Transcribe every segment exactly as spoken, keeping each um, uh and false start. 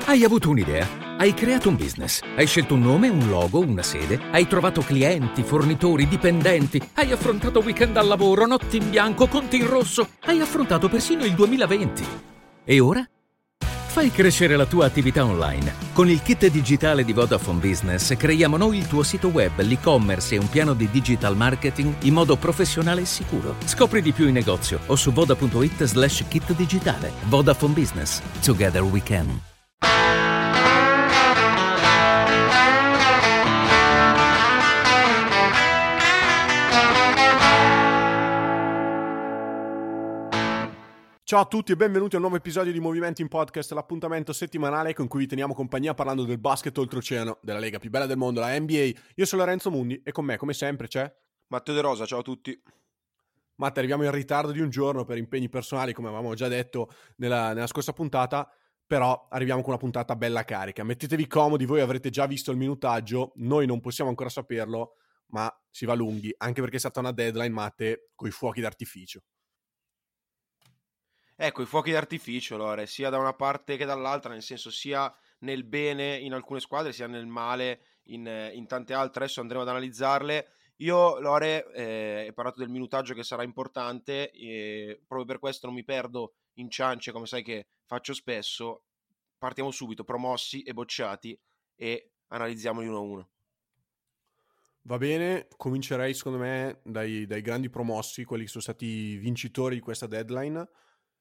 Hai avuto un'idea? Hai creato un business? Hai scelto un nome, un logo, una sede? Hai trovato clienti, fornitori, dipendenti? Hai affrontato weekend al lavoro, notti in bianco, conti in rosso? Hai affrontato persino il duemilaventi? E ora? Fai crescere la tua attività online. Con il kit digitale di Vodafone Business creiamo noi il tuo sito web, l'e-commerce e un piano di digital marketing in modo professionale e sicuro. Scopri di più in negozio o su voda punto it slash kit digitale. Vodafone Business. Together we can. Ciao a tutti e benvenuti a un nuovo episodio di Movimenti in Podcast, l'appuntamento settimanale con cui vi teniamo compagnia parlando del basket oltreoceano, della lega più bella del mondo, la N B A. Io sono Lorenzo Mundi e con me, come sempre, c'è Matteo De Rosa. Ciao a tutti. Matteo, arriviamo in ritardo di un giorno per impegni personali, come avevamo già detto nella, nella scorsa puntata, però arriviamo con una puntata bella carica. Mettetevi comodi, voi avrete già visto il minutaggio, noi non possiamo ancora saperlo, ma si va lunghi, anche perché è stata una deadline, Matte, coi fuochi d'artificio. Ecco, i fuochi d'artificio, Lore, sia da una parte che dall'altra, nel senso sia nel bene in alcune squadre, sia nel male in, in tante altre. Adesso andremo ad analizzarle. Io, Lore, eh, ho parlato del minutaggio che sarà importante, e proprio per questo non mi perdo in ciance, come sai che faccio spesso. Partiamo subito, promossi e bocciati, e analizziamoli uno a uno. Va bene, comincerei secondo me dai, dai grandi promossi, quelli che sono stati vincitori di questa deadline.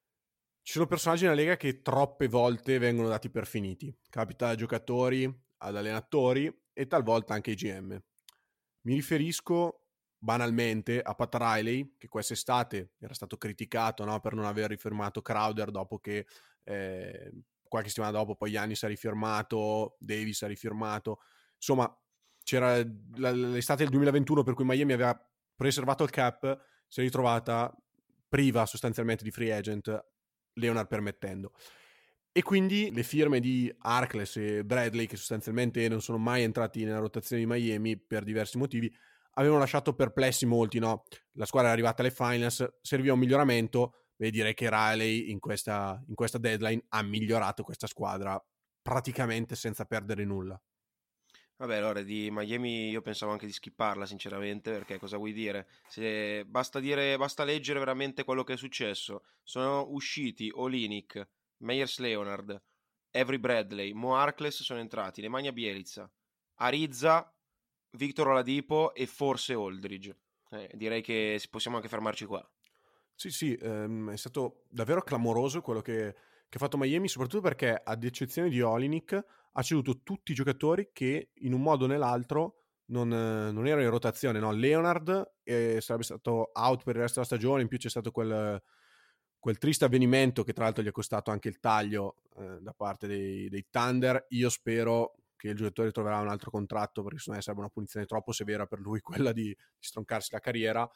Ci sono personaggi nella Lega che troppe volte vengono dati per finiti. Capita a giocatori, ad allenatori e talvolta anche ai G M. Mi riferisco banalmente a Pat Riley, che quest'estate era stato criticato, no, per non aver rifirmato Crowder dopo che eh, qualche settimana dopo poi Giannis ha rifirmato, Davis ha rifirmato. Insomma, c'era l'estate del duemilaventuno per cui Miami aveva preservato il cap, si è ritrovata priva sostanzialmente di free agent, Leonard permettendo. E quindi le firme di Harkless e Bradley, che sostanzialmente non sono mai entrati nella rotazione di Miami per diversi motivi, avevano lasciato perplessi molti, no? La squadra è arrivata alle finals, serviva un miglioramento. Beh, direi che Riley in questa, in questa deadline ha migliorato questa squadra praticamente senza perdere nulla. Vabbè, allora di Miami io pensavo anche di skipparla sinceramente, perché cosa vuoi dire? Se basta dire, basta leggere veramente quello che è successo. Sono usciti Olynyk, Meyers Leonard, Avery Bradley, Mo Harkless sono entrati, Nemanja Bjelica, Ariza, Victor Oladipo e forse Aldridge. Eh, direi che possiamo anche fermarci qua. Sì, sì, ehm, è stato davvero clamoroso quello che, che ha fatto Miami, soprattutto perché, ad eccezione di Olynyk, ha ceduto tutti i giocatori che in un modo o nell'altro non, eh, non erano in rotazione, no? Leonard eh, sarebbe stato out per il resto della stagione, in più c'è stato quel, quel triste avvenimento che tra l'altro gli è costato anche il taglio eh, da parte dei, dei Thunder. Io spero che il giocatore troverà un altro contratto, perché secondo me sarebbe una punizione troppo severa per lui quella di, di stroncarsi la carriera.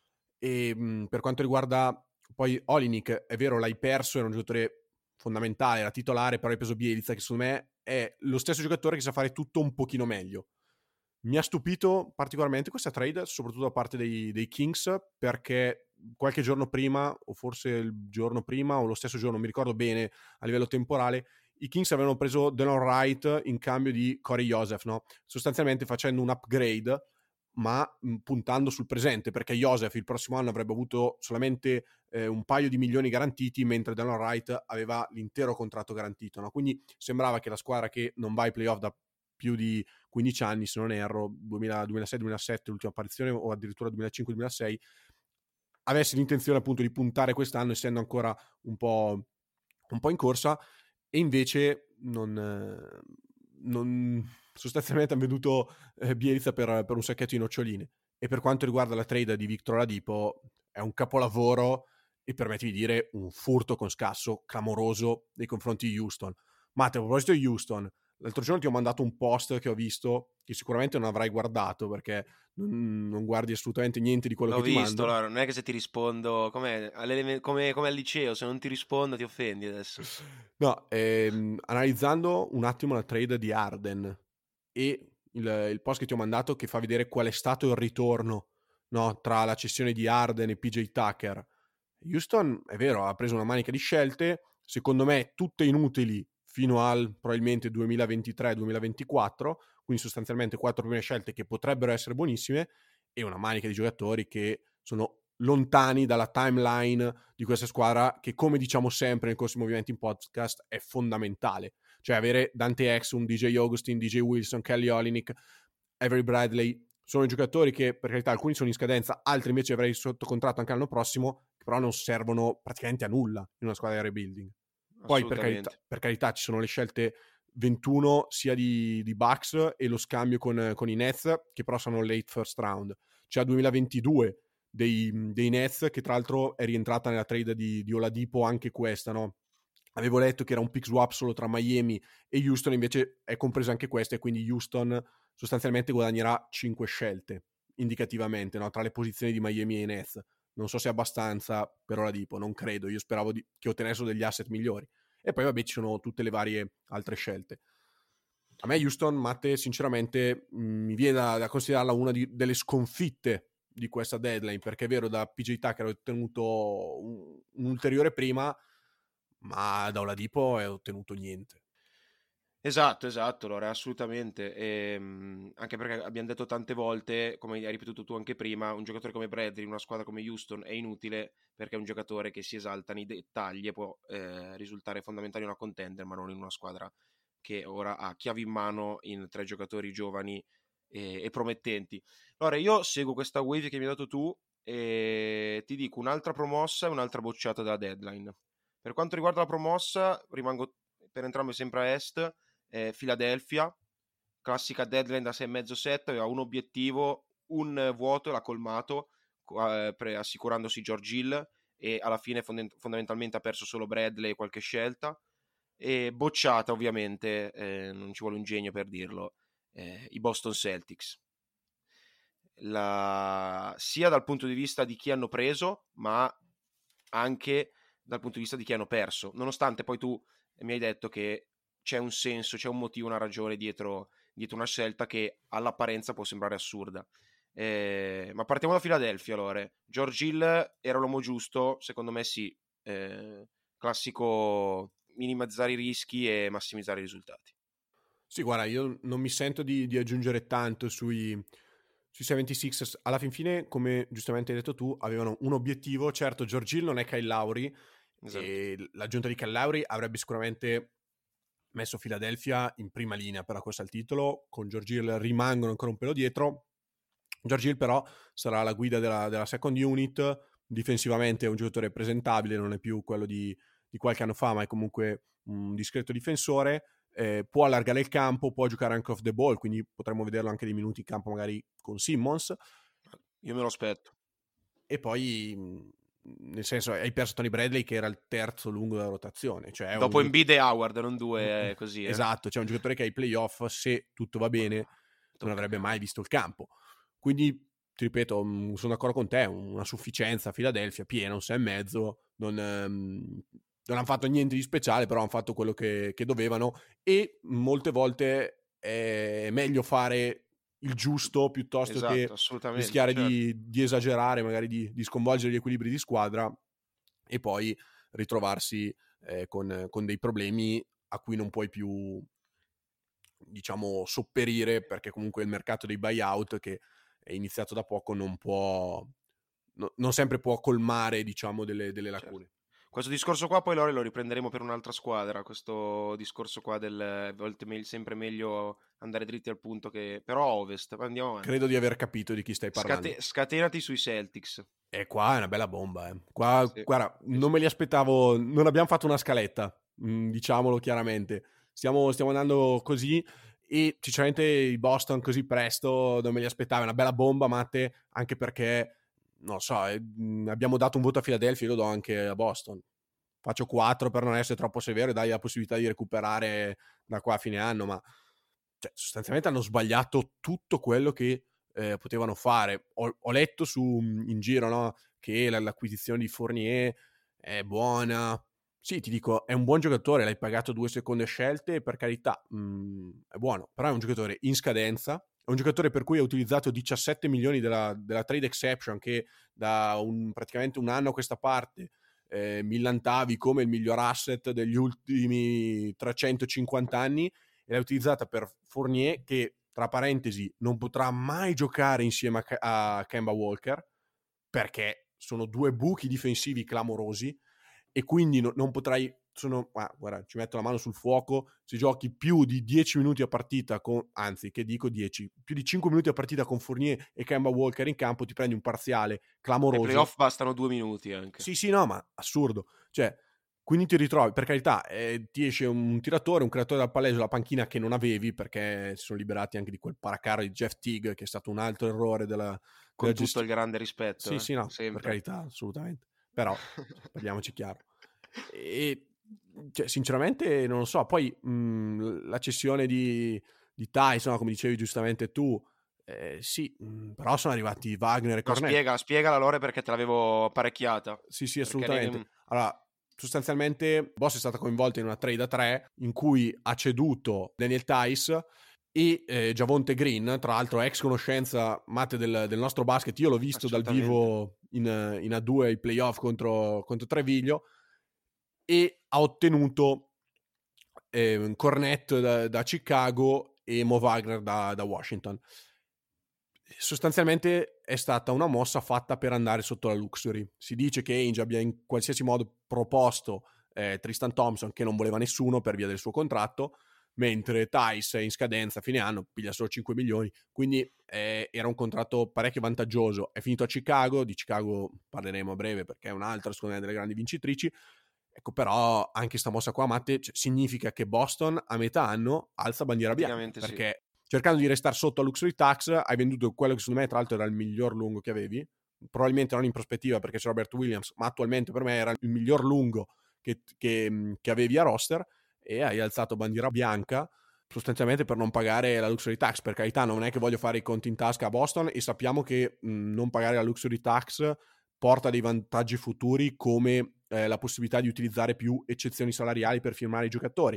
E mh, per quanto riguarda poi Olynyk, è vero, l'hai perso, era un giocatore fondamentale, era titolare, però hai preso Bjelica, che secondo me è lo stesso giocatore che sa fare tutto un pochino meglio. Mi ha stupito particolarmente questa trade, soprattutto da parte dei, dei Kings, perché qualche giorno prima, o forse il giorno prima, o lo stesso giorno, non mi ricordo bene a livello temporale, i Kings avevano preso Delon Wright in cambio di Corey Joseph, no? Sostanzialmente facendo un upgrade, ma mh, puntando sul presente, perché Joseph il prossimo anno avrebbe avuto solamente eh, un paio di milioni garantiti, mentre Delon Wright aveva l'intero contratto garantito, no? Quindi sembrava che la squadra che non va ai playoff da più di quindici anni, se non erro, duemila, duemilasei duemilasette l'ultima apparizione, o addirittura duemilacinque duemilasei, avesse l'intenzione appunto di puntare quest'anno, essendo ancora un po', un po' in corsa, e invece non... Eh, non sostanzialmente hanno venduto eh, Bjelica per, per un sacchetto di noccioline. E per quanto riguarda la trade di Victor Oladipo, è un capolavoro e, permetti di dire, un furto con scasso clamoroso nei confronti di Houston. Ma a proposito di Houston, l'altro giorno ti ho mandato un post che ho visto, che sicuramente non avrai guardato perché non, non guardi assolutamente niente di quello L'ho che ti visto, mando. allora, non è che se ti rispondo come, come, come al liceo, se non ti rispondo ti offendi adesso. No, ehm, analizzando un attimo la trade di Harden e il, il post che ti ho mandato che fa vedere qual è stato il ritorno, no, tra la cessione di Harden e P J Tucker. Houston, è vero, ha preso una manica di scelte, secondo me tutte inutili fino al probabilmente duemilaventitré duemilaventiquattro, quindi sostanzialmente quattro prime scelte che potrebbero essere buonissime e una manica di giocatori che sono lontani dalla timeline di questa squadra, che, come diciamo sempre nel corso di Movimenti in podcast, è fondamentale. Cioè avere Dante Exum, D J Augustin, D J Wilson, Kelly Olynyk, Avery Bradley sono giocatori che, per carità, alcuni sono in scadenza, altri invece avrei sotto contratto anche l'anno prossimo, che però non servono praticamente a nulla in una squadra di rebuilding. Poi per carità, per carità ci sono le scelte ventuno sia di, di Bucks e lo scambio con, con i Nets, che però sono late first round. C'è duemilaventidue dei, dei Nets, che tra l'altro è rientrata nella trade di, di Oladipo anche questa, no? Avevo letto che era un pick swap solo tra Miami e Houston, invece è compresa anche questa, e quindi Houston sostanzialmente guadagnerà cinque scelte indicativamente, no? Tra le posizioni di Miami e i Nets. Non so se è abbastanza per Oladipo, non credo. Io speravo di, che ottenessero degli asset migliori. E poi vabbè ci sono tutte le varie altre scelte. A me Houston, Matte, sinceramente mh, mi viene da, da considerarla una di, delle sconfitte di questa deadline, perché è vero, da P J Tucker ho ottenuto un, un ulteriore prima, ma da Oladipo è ottenuto niente. Esatto, esatto, Lore, assolutamente. E, mh, anche perché abbiamo detto tante volte, come hai ripetuto tu anche prima, un giocatore come Bradley in una squadra come Houston è inutile, perché è un giocatore che si esalta nei dettagli e può eh, risultare fondamentale in una contender, ma non in una squadra che ora ha chiavi in mano in tre giocatori giovani e, e promettenti. Allora, io seguo questa wave che mi hai dato tu e ti dico un'altra promossa e un'altra bocciata dalla deadline. Per quanto riguarda la promossa, rimango per entrambe sempre a est. Eh, Philadelphia, classica deadline da sei e mezzo sette, aveva un obiettivo, un vuoto, l'ha colmato eh, pre- assicurandosi George Hill, e alla fine fond- fondamentalmente ha perso solo Bradley e qualche scelta. E bocciata ovviamente, eh, non ci vuole un genio per dirlo, eh, i Boston Celtics. La... sia dal punto di vista di chi hanno preso, ma anche dal punto di vista di chi hanno perso, nonostante poi tu mi hai detto che c'è un senso, c'è un motivo, una ragione dietro, dietro una scelta che all'apparenza può sembrare assurda. Eh, ma partiamo da Philadelphia, allora. George Hill era l'uomo giusto? Secondo me sì. Eh, classico minimizzare i rischi e massimizzare i risultati. Sì, guarda, io non mi sento di, di aggiungere tanto sui, sui settantasei ers. Alla fin fine, come giustamente hai detto tu, avevano un obiettivo. Certo, George Hill non è Kyle Lowry, esatto, e l'aggiunta di Kyle Lowry avrebbe sicuramente messo Philadelphia in prima linea per la corsa al titolo. Con George Hill rimangono ancora un pelo dietro. George Hill però sarà la guida della, della second unit. Difensivamente è un giocatore presentabile, non è più quello di, di qualche anno fa, ma è comunque un discreto difensore. Eh, può allargare il campo, può giocare anche off the ball, quindi potremmo vederlo anche dei minuti in campo magari con Simmons. Io me lo aspetto. E poi, nel senso, hai perso Tony Bradley, che era il terzo lungo della rotazione, cioè dopo un... Embiid e Howard, non due eh, così eh. Esatto, c'è cioè un giocatore che ai playoff, se tutto va bene, non avrebbe mai visto il campo. Quindi, ti ripeto, sono d'accordo con te, una sufficienza a Philadelphia, piena, un sei e mezzo, non, um, non hanno fatto niente di speciale, però hanno fatto quello che, che dovevano, e molte volte è meglio fare il giusto piuttosto esatto, che rischiare certo. di, di esagerare, magari di, di sconvolgere gli equilibri di squadra e poi ritrovarsi eh, con, con dei problemi a cui non puoi più, diciamo, sopperire, perché comunque il mercato dei buyout, che è iniziato da poco, non può, no, non sempre può colmare, diciamo, delle, delle lacune. Certo. Questo discorso qua poi Lore lo riprenderemo per un'altra squadra, questo discorso qua del a volte me- sempre meglio andare dritti al punto, che però Ovest, andiamo avanti. Credo di aver capito di chi stai parlando. Scate- scatenati sui Celtics. E qua è una bella bomba, eh. Qua, Sì. guarda, non me li aspettavo, non abbiamo fatto una scaletta, mh, diciamolo chiaramente. Stiamo, stiamo andando così, e sinceramente i Boston così presto non me li aspettavo. È una bella bomba, Matte, anche perché, non lo so, eh, abbiamo dato un voto a Philadelphia, io lo do anche a Boston. Faccio quattro per non essere troppo severo e dai la possibilità di recuperare da qua a fine anno, ma cioè, sostanzialmente hanno sbagliato tutto quello che eh, potevano fare. Ho, ho letto su, in giro, no, che l'acquisizione di Fournier è buona. Sì, ti dico, è un buon giocatore, l'hai pagato due seconde scelte, per carità, mh, è buono, però è un giocatore in scadenza, è un giocatore per cui ha utilizzato diciassette milioni della, della trade exception, che da un, praticamente un anno a questa parte eh, millantavi come il miglior asset degli ultimi trecentocinquanta anni, e l'hai utilizzata per Fournier, che tra parentesi non potrà mai giocare insieme a, a Kemba Walker, perché sono due buchi difensivi clamorosi, e quindi no, non potrai, sono, ah, guarda, ci metto la mano sul fuoco, se giochi più di dieci minuti a partita con, anzi che dico dieci, più di cinque minuti a partita con Fournier e Kemba Walker in campo, ti prendi un parziale clamoroso. Ai playoff bastano due minuti anche. Sì, sì, no, ma assurdo, cioè, quindi ti ritrovi, per carità, eh, ti esce un tiratore, un creatore dal palleggio, la panchina che non avevi, perché si sono liberati anche di quel paracarro di Jeff Teague, che è stato un altro errore della, con della tutto gesti- il grande rispetto. Sì, eh? sì, no, Sempre. per carità, assolutamente. Però, parliamoci chiaro. E, cioè, sinceramente, non lo so. Poi, mh, la cessione di, di Tyson, come dicevi giustamente tu, eh, sì, mh, però sono arrivati Wagner e No, Cornet. spiega, spiegala Lore, perché te l'avevo apparecchiata. Sì, sì, Perché assolutamente. ne- Allora, sostanzialmente, Boss è stata coinvolta in una trade a tre in cui ha ceduto Daniel Tice e eh, Javonte Green, tra l'altro ex conoscenza Matte del, del nostro basket. Io l'ho visto dal Assolutamente. vivo in, in A due ai playoff contro, contro Treviglio, e ha ottenuto eh, Cornet da, da Chicago e Mo Wagner da, da Washington. Sostanzialmente è stata una mossa fatta per andare sotto la luxury. Si dice che Ainge abbia in qualsiasi modo proposto eh, Tristan Thompson, che non voleva nessuno per via del suo contratto, mentre Tice è in scadenza a fine anno, piglia solo cinque milioni, quindi eh, era un contratto parecchio vantaggioso. È finito a Chicago, di Chicago parleremo a breve perché è un'altra, secondo me, delle grandi vincitrici. Ecco, però anche sta mossa qua, Matte, cioè, significa che Boston a metà anno alza bandiera bianca, perché sì, cercando di restare sotto a luxury tax hai venduto quello che secondo me tra l'altro era il miglior lungo che avevi, probabilmente non in prospettiva perché c'è Robert Williams, ma attualmente per me era il miglior lungo che, che, che avevi a roster, e hai alzato bandiera bianca sostanzialmente per non pagare la luxury tax. Per carità, non è che voglio fare i conti in tasca a Boston, e sappiamo che mh, non pagare la luxury tax porta dei vantaggi futuri, come eh, la possibilità di utilizzare più eccezioni salariali per firmare i giocatori.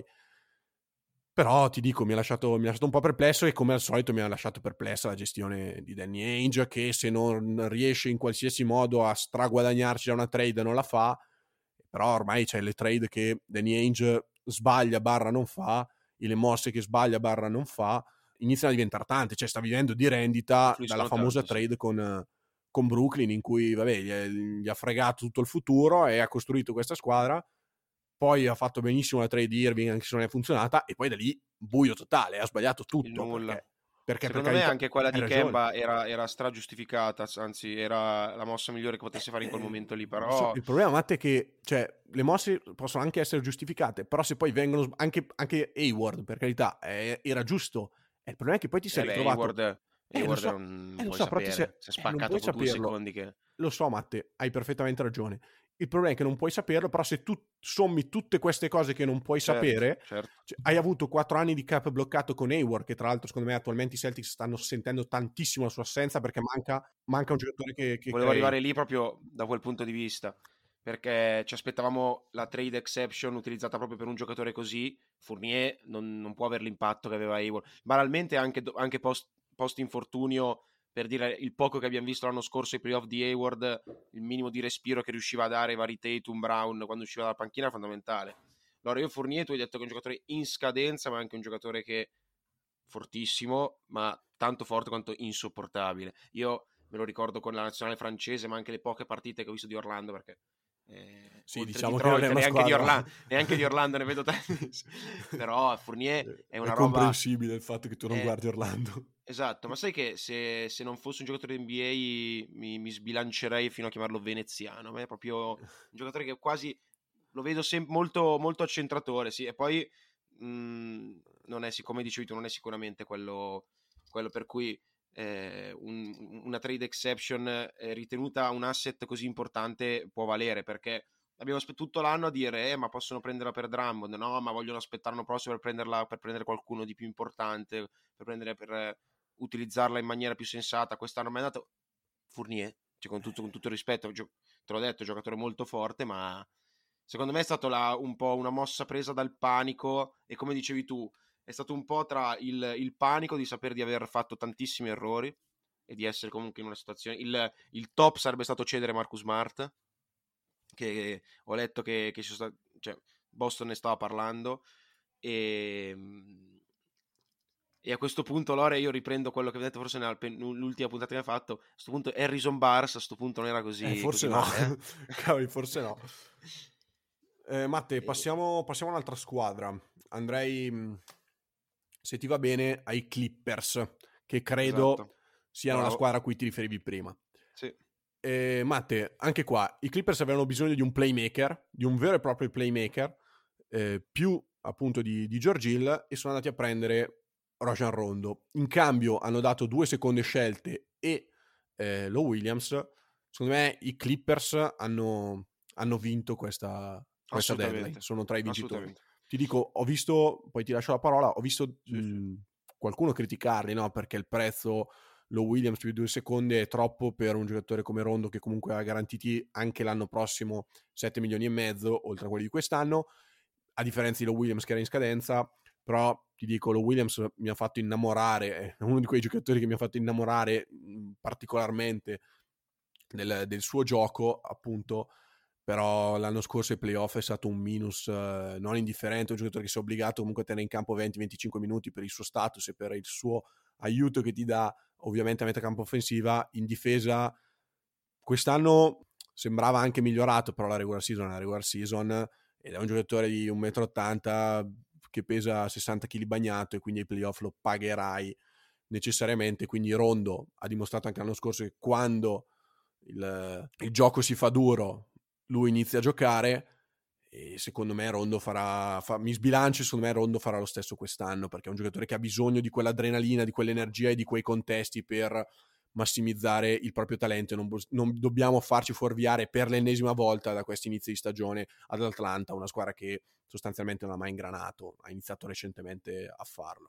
Però ti dico, mi ha lasciato, mi ha lasciato un po' perplesso, e come al solito mi ha lasciato perplessa la gestione di Danny Ainge, che se non riesce in qualsiasi modo a straguadagnarci da una trade non la fa. Però ormai c'è le trade che Danny Ainge sbaglia barra non fa, e le mosse che sbaglia barra non fa iniziano a diventare tante. Cioè sta vivendo di rendita dalla famosa tanto, trade sì. con, con Brooklyn, in cui vabbè, gli, gli ha fregato tutto il futuro e ha costruito questa squadra. Poi ha fatto benissimo la trade di Irving, anche se non è funzionata, e poi da lì buio totale, ha sbagliato tutto. Il nulla. Perché, perché Secondo per me carità, anche quella di ragione. Kemba era, era stragiustificata, anzi era la mossa migliore che potesse fare in quel momento lì, però... Il problema, Matte, è che cioè, le mosse possono anche essere giustificate, però se poi vengono anche, anche Hayward, per carità, eh, era giusto. E il problema è che poi ti sei eh beh, ritrovato... Hayward, Eh, Hayward lo so, non, non eh, lo puoi so, però ti sei... sapere, si è eh, non spaccato puoi dopo due saperlo. secondi che... Lo so, Matte, hai perfettamente ragione. Il problema è che non puoi saperlo, però se tu sommi tutte queste cose che non puoi certo, sapere, certo. cioè, hai avuto quattro anni di cap bloccato con Hayward, che tra l'altro secondo me attualmente i Celtics stanno sentendo tantissimo la sua assenza, perché manca, manca un giocatore che, che Volevo crei. arrivare lì proprio da quel punto di vista, perché ci aspettavamo la trade exception utilizzata proprio per un giocatore così. Fournier non, non può avere l'impatto che aveva Hayward. Banalmente anche, anche post, post infortunio, per dire il poco che abbiamo visto l'anno scorso ai playoff di Hayward, il minimo di respiro che riusciva a dare vari Tatum, Brown quando usciva dalla panchina è fondamentale. Allora io Fournier, tu hai detto che è un giocatore in scadenza, ma anche un giocatore che fortissimo, ma tanto forte quanto insopportabile. Io me lo ricordo con la nazionale francese, ma anche le poche partite che ho visto di Orlando, perché eh, sì, oltre diciamo Detroit, che non è una neanche, di squadra... Orlando, neanche di Orlando ne vedo tanti. Però Fournier è una è roba... comprensibile il fatto che tu non è... guardi Orlando. Esatto, ma sai che se, se non fosse un giocatore di N B A mi, mi sbilancerei fino a chiamarlo veneziano. A me è proprio un giocatore che quasi lo vedo sempre molto, molto accentratore, sì, e poi mh, non è, come dicevi tu, non è sicuramente quello, quello per cui eh, un, una trade exception eh, ritenuta un asset così importante può valere, perché abbiamo aspettato tutto l'anno a dire eh, ma possono prenderla per Drummond, no, ma vogliono aspettare l'anno prossimo per prenderla, per prendere qualcuno di più importante, per prendere per eh, utilizzarla in maniera più sensata. Quest'anno mi è andato Fournier, cioè, con, tutto, con tutto il rispetto, gio- te l'ho detto, giocatore molto forte, ma secondo me è stata la, un po' una mossa presa dal panico, e come dicevi tu è stato un po' tra il, il panico di sapere di aver fatto tantissimi errori e di essere comunque in una situazione... Il, il top sarebbe stato cedere Marcus Smart, che ho letto che, che ci sono stati, cioè, Boston ne stava parlando, e, e a questo punto, Lore, io riprendo quello che vi ho detto forse nell'ultima puntata che ha fatto. A questo punto Harrison Barnes a questo punto non era così, eh, forse così no. male, eh? Cavoli, forse no. Eh, Matte, passiamo, passiamo a un'altra squadra. Andrei, se ti va bene, ai Clippers, che credo Esatto. siano Bravo. la squadra a cui ti riferivi prima. Sì. Eh, Matte, anche qua i Clippers avevano bisogno di un playmaker, di un vero e proprio playmaker, eh, più appunto di, di George Hill, e sono andati a prendere Rajon Rondo. In cambio hanno dato due seconde scelte e eh, Lou Williams. Secondo me i Clippers hanno, hanno vinto questa, questa deadline, sono tra i vincitori. Ti dico, ho visto, poi ti lascio la parola, ho visto sì, mh, sì. qualcuno criticarli, no? Perché il prezzo Lou Williams più due secondi è troppo per un giocatore come Rondo, che comunque ha garantiti anche l'anno prossimo sette milioni e mezzo, oltre a quelli di quest'anno, a differenza di Lou Williams che era in scadenza. Però ti dico, Lou Williams mi ha fatto innamorare, è uno di quei giocatori che mi ha fatto innamorare mh, particolarmente del, del suo gioco, appunto. Però l'anno scorso ai playoff è stato un minus eh, non indifferente, un giocatore che si è obbligato comunque a tenere in campo venti venticinque minuti per il suo status e per il suo aiuto che ti dà ovviamente a metà campo offensiva. In difesa quest'anno sembrava anche migliorato, però la regular season è la regular season, ed è un giocatore di uno virgola ottanta metri che pesa sessanta chili bagnato, e quindi ai playoff lo pagherai necessariamente. Quindi Rondo ha dimostrato anche l'anno scorso che quando il, il gioco si fa duro lui inizia a giocare, e secondo me Rondo farà, fa, mi sbilancio, secondo me Rondo farà lo stesso quest'anno, perché è un giocatore che ha bisogno di quell'adrenalina, di quell'energia e di quei contesti per massimizzare il proprio talento. Non, non dobbiamo farci fuorviare per l'ennesima volta da questo inizio di stagione ad Atlanta, una squadra che sostanzialmente non ha mai ingranato, ha iniziato recentemente a farlo.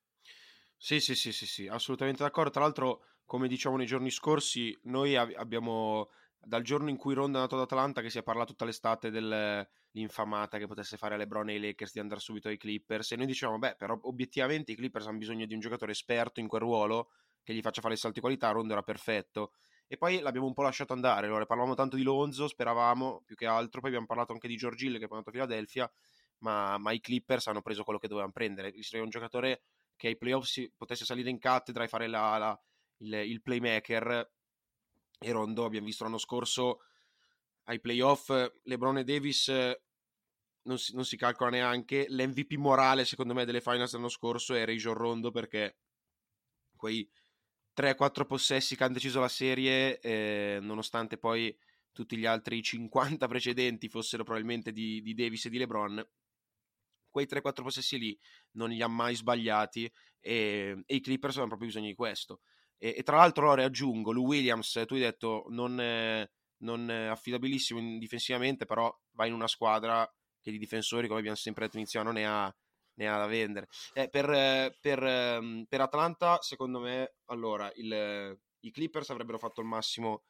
Sì, sì, sì, sì, sì, assolutamente d'accordo. Tra l'altro, come diciamo nei giorni scorsi, noi ab- abbiamo, dal giorno in cui Rondo è andato ad Atlanta, che si è parlato tutta l'estate dell'infamata che potesse fare LeBron e i Lakers di andare subito ai Clippers, e noi dicevamo, beh, però obiettivamente i Clippers hanno bisogno di un giocatore esperto in quel ruolo, che gli faccia fare il salto di qualità. Rondo era perfetto. E poi l'abbiamo un po' lasciato andare. Allora, parlavamo tanto di Lonzo, speravamo, più che altro. Poi abbiamo parlato anche di George Hill, che è poi andato a Philadelphia, ma, ma i Clippers hanno preso quello che dovevano prendere. È un giocatore che ai playoff si potesse salire in cattedra e fare la, la, il, il playmaker. E Rondo, abbiamo visto l'anno scorso ai playoff, LeBron e Davis non si, non si calcola neanche. L'M V P morale secondo me delle finals dell'anno scorso è Rajon Rondo, perché quei tre quattro possessi che hanno deciso la serie, eh, nonostante poi tutti gli altri cinquanta precedenti fossero probabilmente di, di Davis e di LeBron, quei tre quattro possessi lì non li ha mai sbagliati, e, e i Clippers hanno proprio bisogno di questo. E, e tra l'altro, ora aggiungo, Lou Williams, tu hai detto non, eh, non eh, affidabilissimo in, difensivamente, però va in una squadra che di difensori, come abbiamo sempre detto iniziano, ne ha, ne ha da vendere. Eh, per, eh, per, eh, per Atlanta, secondo me, allora, il, i Clippers avrebbero fatto il massimo,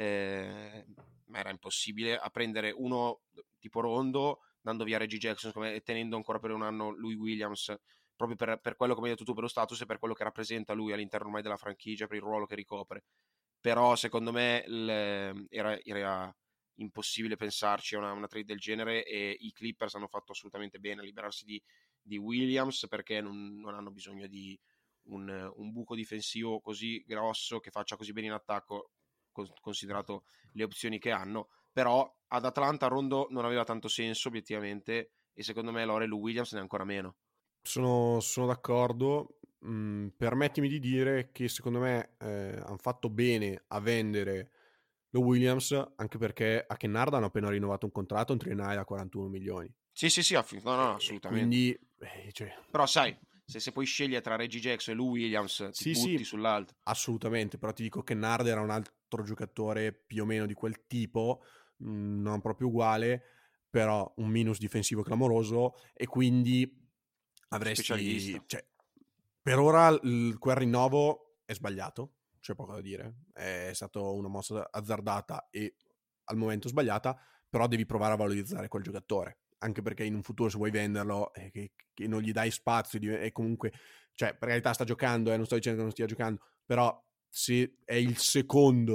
eh, ma era impossibile, a prendere uno tipo Rondo, dando via Reggie Jackson e tenendo ancora per un anno lui Williams, proprio per, per quello, come hai detto tu, per lo status e per quello che rappresenta lui all'interno ormai della franchigia, per il ruolo che ricopre. Però secondo me il, era, era impossibile pensarci a una, una trade del genere, e i Clippers hanno fatto assolutamente bene a liberarsi di, di Williams, perché non, non hanno bisogno di un, un buco difensivo così grosso che faccia così bene in attacco, considerato le opzioni che hanno. Però ad Atlanta Rondo non aveva tanto senso obiettivamente, e secondo me Lore Lou Williams ne ha ancora meno. Sono, sono d'accordo. Mm, permettimi di dire che secondo me eh, hanno fatto bene a vendere lo Williams, anche perché a Kennard hanno appena rinnovato un contratto, un triennale da quarantuno milioni. Sì, sì, sì, aff- no, no, assolutamente. Quindi, eh, cioè... Però sai, se, se puoi scegliere tra Reggie Jackson e Lou Williams, ti sì, butti sì, sull'altro. Assolutamente, però ti dico che Kennard era un altro giocatore più o meno di quel tipo, mh, non proprio uguale, però un minus difensivo clamoroso, e quindi avresti... Cioè, per ora il, quel rinnovo è sbagliato, c'è poco da dire, è stata una mossa azzardata e al momento sbagliata, però devi provare a valorizzare quel giocatore, anche perché in un futuro, se vuoi venderlo, eh, che, che non gli dai spazio, e comunque, cioè, per realtà sta giocando, eh, non sto dicendo che non stia giocando, però se è il secondo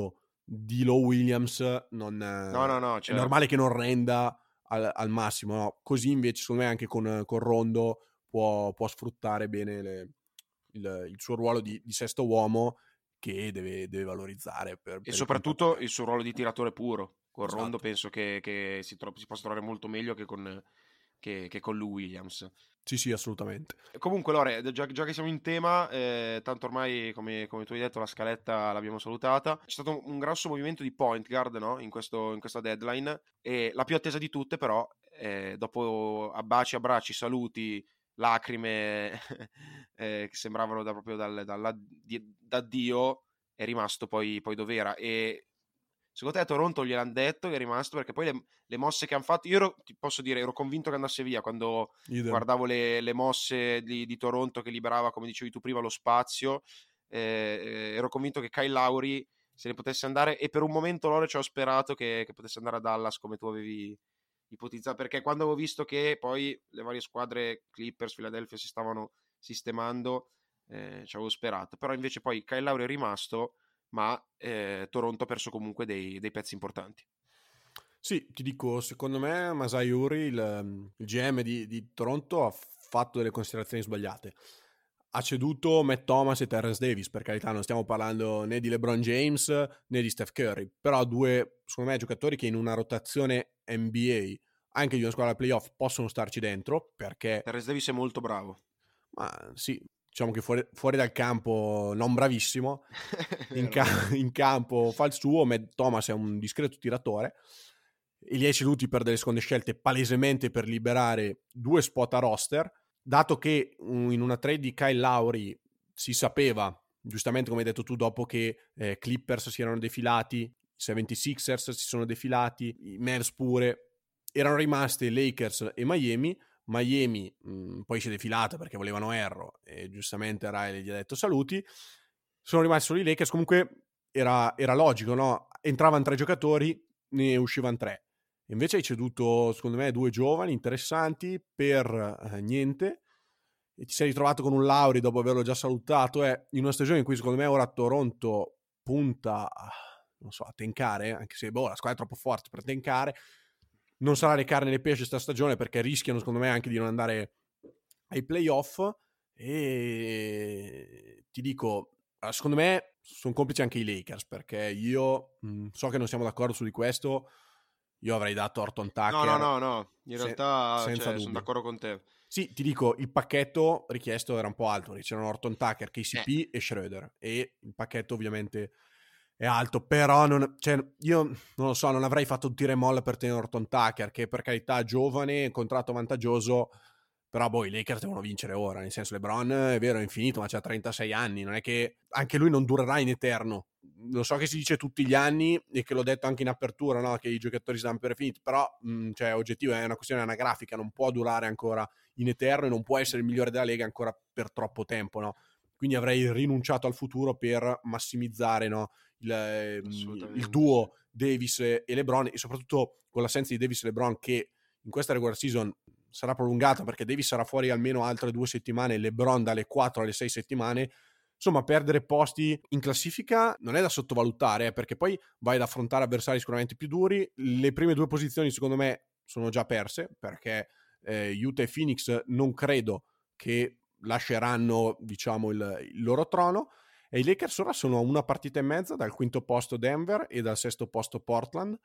D'Lo Williams non, no, no, no, è certo. normale che non renda al, al massimo, no? Così invece secondo me anche con, con Rondo può, può sfruttare bene le, il, il suo ruolo di, di sesto uomo che deve, deve valorizzare per, E per soprattutto il suo ruolo di tiratore puro. Con esatto. Rondo penso che, che si, tro- si possa trovare molto meglio che con, che, che con Lou Williams. Sì, sì, assolutamente. Comunque, Lore, già, già che siamo in tema, eh, tanto ormai, come, come tu hai detto, la scaletta l'abbiamo salutata. C'è stato un, un grosso movimento di point guard, no? in, questo, in questa deadline. E la più attesa di tutte, però, eh, dopo abbracci, abbracci, saluti, lacrime eh, che sembravano da, proprio dal, dalla, di, da Dio, è rimasto poi, poi dov'era. E secondo te a Toronto gliel'hanno detto che è rimasto? Perché poi le, le mosse che hanno fatto, io ero, ti posso dire, ero convinto che andasse via quando Idem. guardavo le, le mosse di, di Toronto che liberava, come dicevi tu prima, lo spazio. Eh, ero convinto che Kyle Lowry se ne potesse andare, e per un momento loro ci ho sperato che, che potesse andare a Dallas come tu avevi ipotizzato, perché quando avevo visto che poi le varie squadre Clippers, Philadelphia si stavano sistemando, eh, ci avevo sperato. Però invece poi Kyle Lowry è rimasto, ma eh, Toronto ha perso comunque dei, dei pezzi importanti. Sì, ti dico, secondo me Masai Uri, il, il G M di, di Toronto, ha fatto delle considerazioni sbagliate. Ha ceduto Matt Thomas e Terrence Davis, per carità, non stiamo parlando né di LeBron James né di Steph Curry, però due, secondo me, giocatori che in una rotazione N B A, anche di una squadra playoff, possono starci dentro, perché... Terrence Davis è molto bravo. Ma sì, diciamo che fuori, fuori dal campo non bravissimo, in, ca- in campo fa il suo. Matt Thomas è un discreto tiratore e li hai ceduti per delle seconde scelte palesemente per liberare due spot a roster, dato che um, in una trade di Kyle Lowry si sapeva, giustamente come hai detto tu, dopo che eh, Clippers si erano defilati, i settantasei ers si sono defilati, i Mavs pure, erano rimaste Lakers e Miami. Miami mh, poi si è defilata perché volevano Erro e giustamente Riley gli ha detto saluti. Sono rimasti solo i Lakers. Comunque era, era logico, no? Entravano tre giocatori, ne uscivano tre. Invece hai ceduto, secondo me, due giovani interessanti per eh, niente, e ti sei ritrovato con un Lowry dopo averlo già salutato. È in una stagione in cui secondo me ora Toronto punta a, non so, a tencare, anche se boh, la squadra è troppo forte per tencare. Non sarà le carne e le pesce sta stagione, perché rischiano secondo me anche di non andare ai playoff. E ti dico, secondo me sono complici anche i Lakers, perché io mh, so che non siamo d'accordo su di questo. Io avrei dato Horton Tucker. No, no, no, no. In se- realtà senza cioè, dubbio. sono d'accordo con te. Sì, ti dico, il pacchetto richiesto era un po' alto. C'erano Horton Tucker, K C P Eh. e Schroeder, e il pacchetto ovviamente è alto, però non, cioè, io non lo so, non avrei fatto un tiro e molla per tenere Horton Tucker, che per carità giovane, contratto vantaggioso, però boh, i Lakers devono vincere ora, nel senso LeBron è vero, è infinito, ma c'ha trentasei anni, non è che anche lui non durerà in eterno. Lo so che si dice tutti gli anni, e che l'ho detto anche in apertura, no? Che i giocatori si danno per finiti, però mh, cioè, oggettivo, è una questione anagrafica, non può durare ancora in eterno e non può essere il migliore della Lega ancora per troppo tempo, no? Quindi avrei rinunciato al futuro per massimizzare, no, il, il duo Davis e LeBron, e soprattutto con l'assenza di Davis e LeBron, che in questa regular season sarà prolungata perché Davis sarà fuori almeno altre due settimane, LeBron dalle quattro alle sei settimane. Insomma, perdere posti in classifica non è da sottovalutare, eh, perché poi vai ad affrontare avversari sicuramente più duri. Le prime due posizioni secondo me sono già perse, perché eh, Utah e Phoenix non credo che lasceranno, diciamo, il, il loro trono, e i Lakers ora sono a una partita e mezza dal quinto posto Denver e dal sesto posto Portland,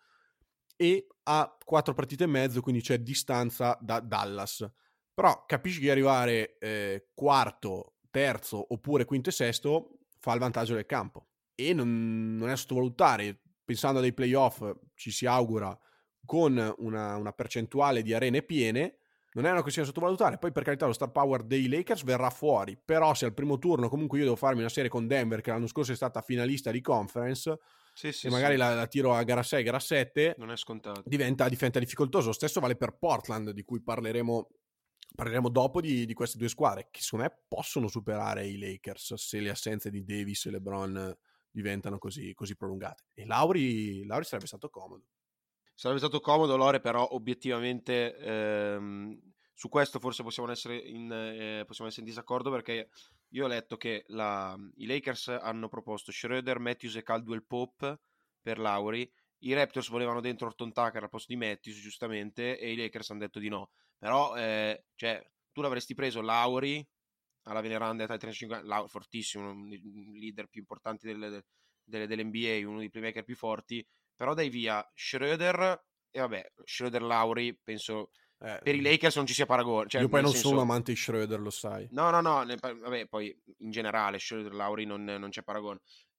e a quattro partite e mezzo, quindi c'è distanza da Dallas. Però capisci che arrivare eh, quarto, terzo oppure quinto e sesto fa il vantaggio del campo, e non, non è sottovalutare. Pensando a dei playoff, ci si augura con una, una percentuale di arene piene, non è una questione da sottovalutare. Poi per carità lo star power dei Lakers verrà fuori, però se al primo turno comunque io devo farmi una serie con Denver, che l'anno scorso è stata finalista di conference, sì, sì, e magari sì. la, la tiro a gara sei, gara sette, non è scontato, diventa, diventa difficoltoso. Lo stesso vale per Portland, di cui parleremo parleremo dopo, di, di queste due squadre, che secondo me possono superare i Lakers se le assenze di Davis e LeBron diventano così, così prolungate. E Lauri, Lauri sarebbe stato comodo. Sarebbe stato comodo, Lore, però obiettivamente ehm, su questo forse possiamo essere, in, eh, possiamo essere in disaccordo, perché io ho letto che la, i Lakers hanno proposto Schroeder, Matthews e Caldwell Pope per Lowry. I Raptors volevano dentro Horton Tucker al posto di Matthews, giustamente, e i Lakers hanno detto di no. Però, eh, cioè, tu l'avresti preso Lowry alla veneranda età di trentacinque anni, Lowry, fortissimo, un leader più importante delle, delle, dell'N B A, uno dei playmaker più forti, però dai via Schroeder, e vabbè, Schroeder-Lowry, penso, eh, per i Lakers non ci sia paragone. Cioè, io poi non senso... sono un amante di Schroeder, lo sai. No, no, no, ne, vabbè, poi in generale Schroeder-Lowry non, non c'è paragone.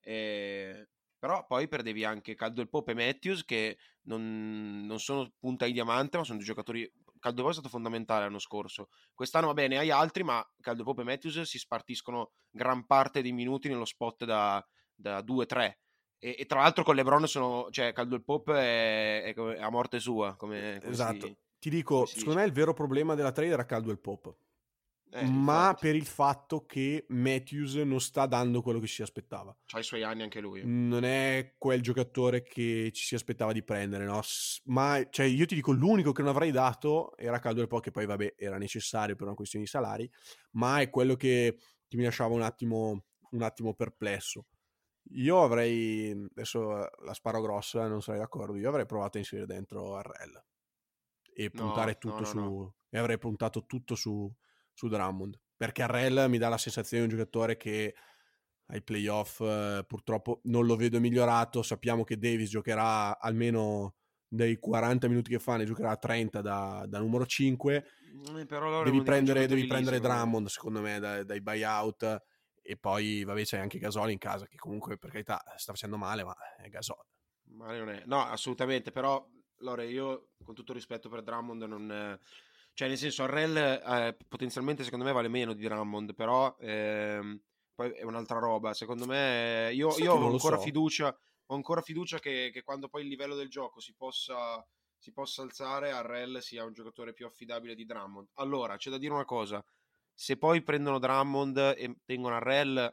Eh... Però poi perdevi anche Caldwell Pope e Matthews, che non, non sono punta di diamante, ma sono due giocatori. Caldwell Pope è stato fondamentale l'anno scorso. Quest'anno va bene, hai altri, ma Caldwell Pope e Matthews si spartiscono gran parte dei minuti nello spot da, da due tre. E, e tra l'altro con LeBron sono, cioè Caldwell Pope è, è, è a morte sua. Come, come esatto. Si, Ti dico, secondo dice. me il vero problema della trade era Caldwell Pope. Eh, ma infatti. Per il fatto che Matthews non sta dando quello che ci si aspettava. C'ha i suoi anni anche lui. Non è quel giocatore che ci si aspettava di prendere, no? Ma cioè, io ti dico, l'unico che non avrei dato era Caldwell Pope, che poi vabbè era necessario per una questione di salari, ma è quello che, che mi lasciava un attimo, un attimo perplesso. Io avrei, adesso la sparo grossa, non sarei d'accordo, io avrei provato a inserire dentro Harrell e puntare no, tutto no, no, su no. e avrei puntato tutto su su Drummond, perché Harrell mi dà la sensazione di un giocatore che ai playoff eh, purtroppo non lo vedo migliorato. Sappiamo che Davis giocherà almeno dei quaranta minuti che fa, ne giocherà trenta da, da numero cinque. Eh, però devi prendere, devi prendere Drummond secondo me dai, dai buyout, e poi vabbè c'è anche Gasol in casa che comunque per carità sta facendo male, ma è Gasol. Male non è. No, assolutamente, però Lore, io con tutto rispetto per Drummond non... Eh... Cioè, nel senso, Harrell eh, potenzialmente secondo me vale meno di Drummond, però ehm, poi è un'altra roba. Secondo me, io, io ho ancora so. fiducia, ho ancora fiducia che, che quando poi il livello del gioco si possa, si possa alzare, Harrell sia un giocatore più affidabile di Drummond. Allora, c'è da dire una cosa: se poi prendono Drummond e tengono Harrell,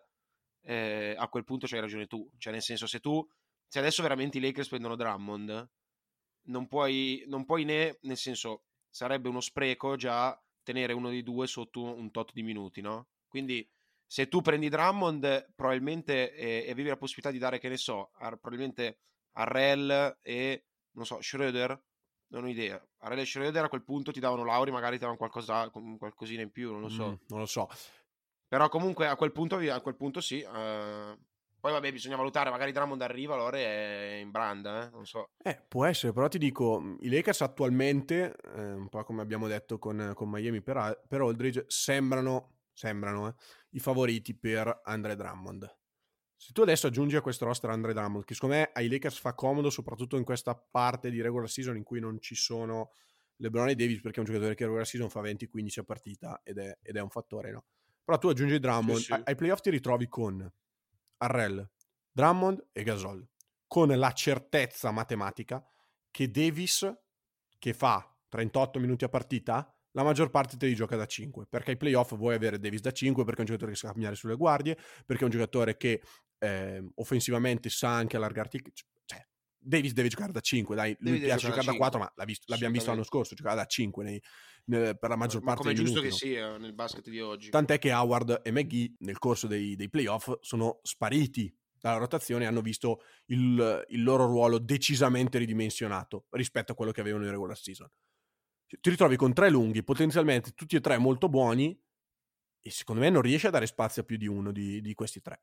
eh, a quel punto c'hai ragione tu. Cioè, nel senso, se tu, se adesso veramente i Lakers prendono Drummond, non puoi, non puoi né, nel senso, sarebbe uno spreco già tenere uno dei due sotto un tot di minuti, no? Quindi se tu prendi Drummond probabilmente eh, e avevi la possibilità di dare, che ne so, a, probabilmente Harrell e non so, Schroeder, non ho idea. Harrell e Schroeder a quel punto ti davano Lowry, magari ti davano qualcosa, qualcosina in più, non lo so. Mm, non lo so. Però comunque a quel punto, a quel punto sì. Uh... Poi vabbè, bisogna valutare, magari Drummond arriva, allora è in branda, eh? Non so. Eh, può essere, però ti dico, i Lakers attualmente, eh, un po' come abbiamo detto con, con Miami per, per Aldridge, sembrano, sembrano eh, i favoriti per Andre Drummond. Se tu adesso aggiungi a questo roster Andre Drummond, che secondo me ai Lakers fa comodo, soprattutto in questa parte di regular season in cui non ci sono LeBron e Davis, perché è un giocatore che regular season fa venti quindici a partita ed è, ed è un fattore, no? Però tu aggiungi Drummond, sì, sì. ai playoff ti ritrovi con Harrell, Drummond e Gasol, con la certezza matematica che Davis, che fa trentotto minuti a partita, la maggior parte te li gioca da cinque, perché ai playoff vuoi avere Davis da cinque, perché è un giocatore che sa camminare sulle guardie, perché è un giocatore che eh, offensivamente sa anche allargarti, cioè Davis deve giocare da cinque, dai, lui Davis piace giocare da quattro, ma l'ha visto, l'abbiamo visto l'anno scorso, giocava da cinque nei, nei, per la maggior ma, parte ma dei minuti. minuti. Come è giusto che sia nel basket di oggi. Tant'è che Howard e McGee nel corso dei, dei playoff sono spariti dalla rotazione e hanno visto il, il loro ruolo decisamente ridimensionato rispetto a quello che avevano in regular season. Ti ritrovi con tre lunghi, potenzialmente tutti e tre molto buoni, e secondo me non riesci a dare spazio a più di uno di, di questi tre.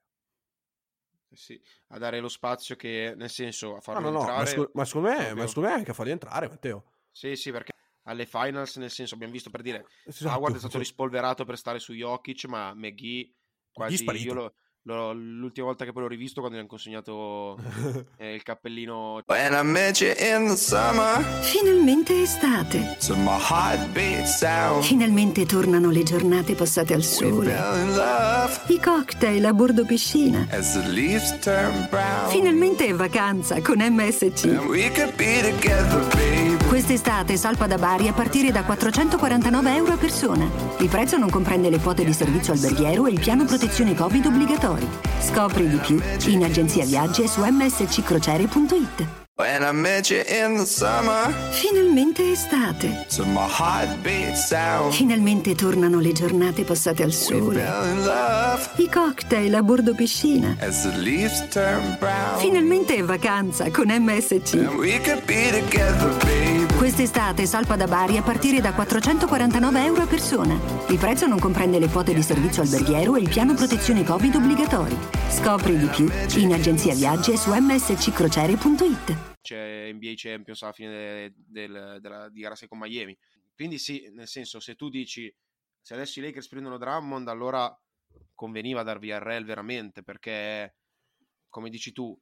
Sì, a dare lo spazio che, nel senso, a farlo no, no, entrare. No, ma, scu- ma secondo me, ma secondo me anche a farli entrare, Matteo. Sì, sì, perché alle finals, nel senso, abbiamo visto, per dire, esatto. Howard è stato rispolverato per stare su Jokic, ma McGee quasi io lo, lo, l'ultima volta che poi l'ho rivisto quando gli hanno consegnato eh, il cappellino. When I met you in the summer, finalmente estate. So my heart beats down. Finalmente tornano le giornate passate al sole. I cocktail a bordo piscina. As the leaves turn brown. Finalmente è vacanza con M S C. And we could be together, baby. Quest'estate salpa da Bari a partire da quattrocentoquarantanove euro a persona. Il prezzo non comprende le quote di servizio alberghiero e il piano protezione Covid obbligatori. Scopri di più in agenzia viaggi e su m s c crociere punto i t. When I met you in the summer, Finalmente estate. to my heartbeat sound, Finalmente tornano le giornate passate al we sole. fell in love I cocktail a bordo piscina. as the leaves turn brown. Finalmente è vacanza con M S C. And we could be together, baby. Quest'estate salpa da Bari a partire da quattrocentoquarantanove euro a persona. Il prezzo non comprende le quote di servizio alberghiero e il piano protezione Covid obbligatori. Scopri di più in agenzia viaggi e su m s c crociere punto i t. C'è N B A Champions alla fine de- del- della, di gara sei con Miami. Quindi sì, nel senso, se tu dici se adesso i Lakers prendono Drummond, allora conveniva darvi R L veramente, perché come dici tu,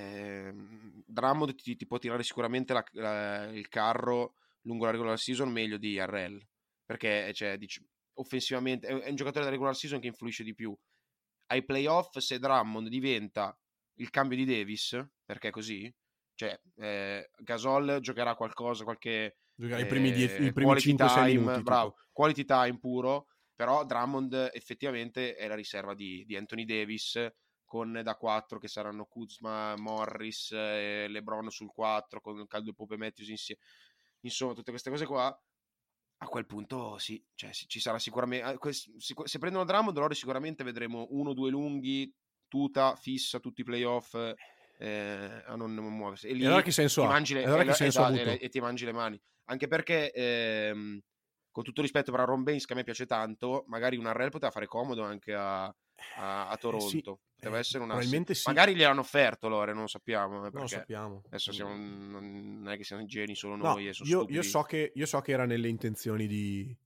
ehm, Drummond ti, ti può tirare sicuramente la- la- il carro lungo la regular season meglio di R L, perché cioè, dici, offensivamente è, è un giocatore da regular season che influisce di più. Ai playoff, se Drummond diventa il cambio di Davis, perché è così, cioè eh, Gasol giocherà qualcosa, qualche Giocare i primi, die- eh, i primi quality cinque sei time, minuti. bravo, tipo. quality time puro, però Drummond effettivamente è la riserva di, di Anthony Davis, con da quattro che saranno Kuzma, Morris, eh, LeBron sul quattro, con Caldwell Pope e Matthews insieme, insomma tutte queste cose qua. A quel punto sì, cioè, sì, ci sarà sicuramente se prendono Drummond loro sicuramente vedremo uno o due lunghi, tuta fissa tutti i playoff, eh, a non muoversi, e lì E allora che senso ti ha? mangi le, E allora e, che senso ha esatto, avuto? e, e ti mangi le mani, anche perché ehm, con tutto rispetto per Aaron Baines, che a me piace tanto, magari un R L poteva fare comodo anche a, a, a Toronto, Eh sì, poteva eh, essere un probabilmente asset. sì. Magari gliel'hanno offerto Lore, non lo sappiamo, eh, Non lo perché sappiamo. adesso siamo, non non è che siamo geni solo No, noi e sono io, stupidi. io so che, io so che era nelle intenzioni di,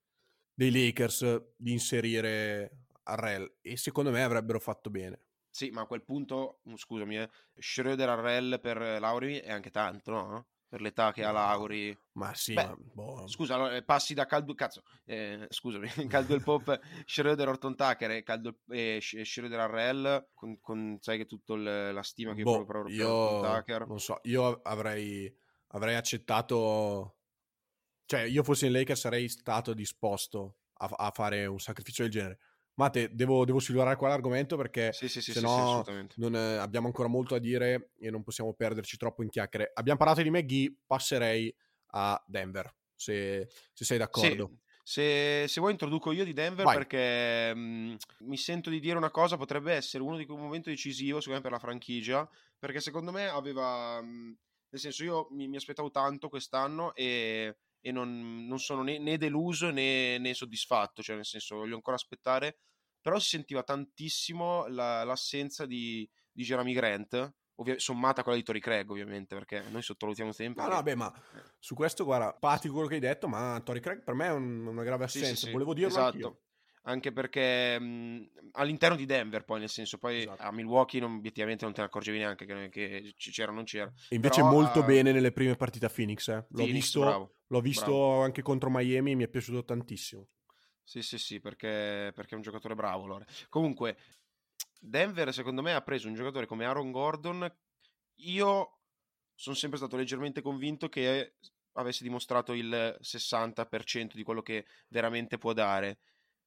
dei Lakers di inserire R L e secondo me avrebbero fatto bene. Sì, ma a quel punto, mm, scusami, eh, Schroeder R L per Lauri è anche tanto, no? Per l'età che ha No, Lauri. Ma sì, Beh, ma boh. scusa, allora, eh, passi da Caldwell, cazzo, eh, scusami, Caldwell Pope, Schroeder, Horton Tucker e Caldwell, eh, Sch- Schroeder R L, con, con, sai che tutto il- la stima che io Boh, provo per, per io Horton Tucker. non so, io avrei, avrei accettato, cioè io fossi in Lakers sarei stato disposto a, a fare un sacrificio del genere. Mate, devo, devo silurare qua l'argomento perché Sì, sì, sì, se sì, sì, no assolutamente. non, eh, abbiamo ancora molto da dire e non possiamo perderci troppo in chiacchiere. Abbiamo parlato di McGee, passerei a Denver, se, se sei d'accordo. Sì, se, se vuoi introduco io di Denver. Vai. Perché mh, mi sento di dire una cosa, potrebbe essere uno di quei momenti decisivo secondo me per la franchigia, perché secondo me aveva, mh, nel senso, io mi, mi aspettavo tanto quest'anno e, e non, non sono né, né deluso né, né soddisfatto, cioè nel senso voglio ancora aspettare, però si sentiva tantissimo la- l'assenza di, di Jeremy Grant, ovvia- sommata a quella di Torrey Craig ovviamente, perché noi sottovalutiamo sempre No, che- no, beh, ma eh. su questo, guarda, pati quello che hai detto, ma Torrey Craig per me è un- una grave Sì, sì, assenza. sì, Volevo dirlo esatto. anch'io. Anche perché mh, all'interno di Denver, poi nel senso, poi Esatto. a Milwaukee non, obiettivamente non te ne accorgevi neanche che, che c- c'era o non c'era. E invece Però, molto a bene nelle prime partite a Phoenix. Eh. L'ho, Phoenix, visto, bravo, l'ho visto bravo. anche contro Miami e mi è piaciuto tantissimo. Sì, sì, sì, perché, perché è un giocatore bravo. Lore. Comunque, Denver secondo me ha preso un giocatore come Aaron Gordon. Io sono sempre stato leggermente convinto che avesse dimostrato il sessanta per cento di quello che veramente può dare.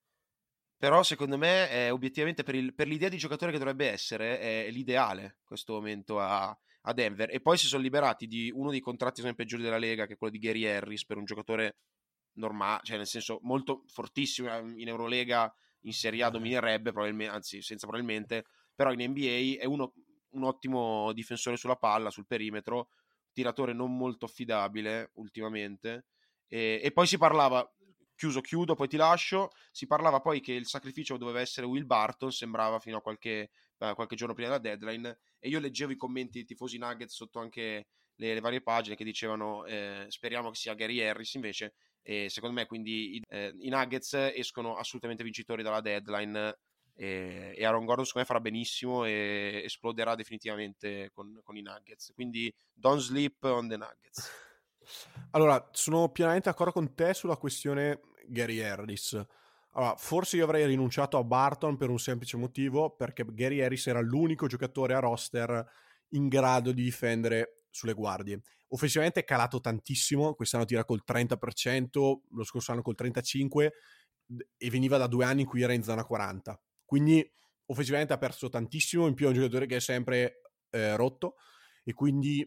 Però secondo me è obiettivamente per, il- per l'idea di giocatore che dovrebbe essere è l'ideale in questo momento a, a Denver. E poi si sono liberati di uno dei contratti secondo me, peggiori della Lega, che è quello di Gary Harris, per un giocatore normale, cioè nel senso molto fortissimo in Eurolega, in Serie A dominerebbe probabilmente, anzi senza probabilmente, però in N B A è uno, un ottimo difensore sulla palla, sul perimetro, tiratore non molto affidabile ultimamente. E, e poi si parlava, chiuso chiudo poi ti lascio, si parlava poi che il sacrificio doveva essere Will Barton, sembrava fino a qualche, eh, qualche giorno prima della deadline, e io leggevo i commenti dei tifosi Nuggets sotto anche le, le varie pagine che dicevano eh, speriamo che sia Gary Harris, invece e secondo me quindi i, eh, i Nuggets escono assolutamente vincitori dalla deadline, e, e Aaron Gordon secondo me farà benissimo e esploderà definitivamente con, con i Nuggets, quindi don't sleep on the Nuggets. Allora, sono pienamente d'accordo con te sulla questione Gary Harris. Allora, forse io avrei rinunciato a Barton per un semplice motivo, perché Gary Harris era l'unico giocatore a roster in grado di difendere sulle guardie. Offensivamente è calato tantissimo, quest'anno tira col trenta per cento, lo scorso anno col trentacinque per cento, e veniva da due anni in cui era in zona quaranta. Quindi offensivamente ha perso tantissimo, in più è un giocatore che è sempre eh, rotto, e quindi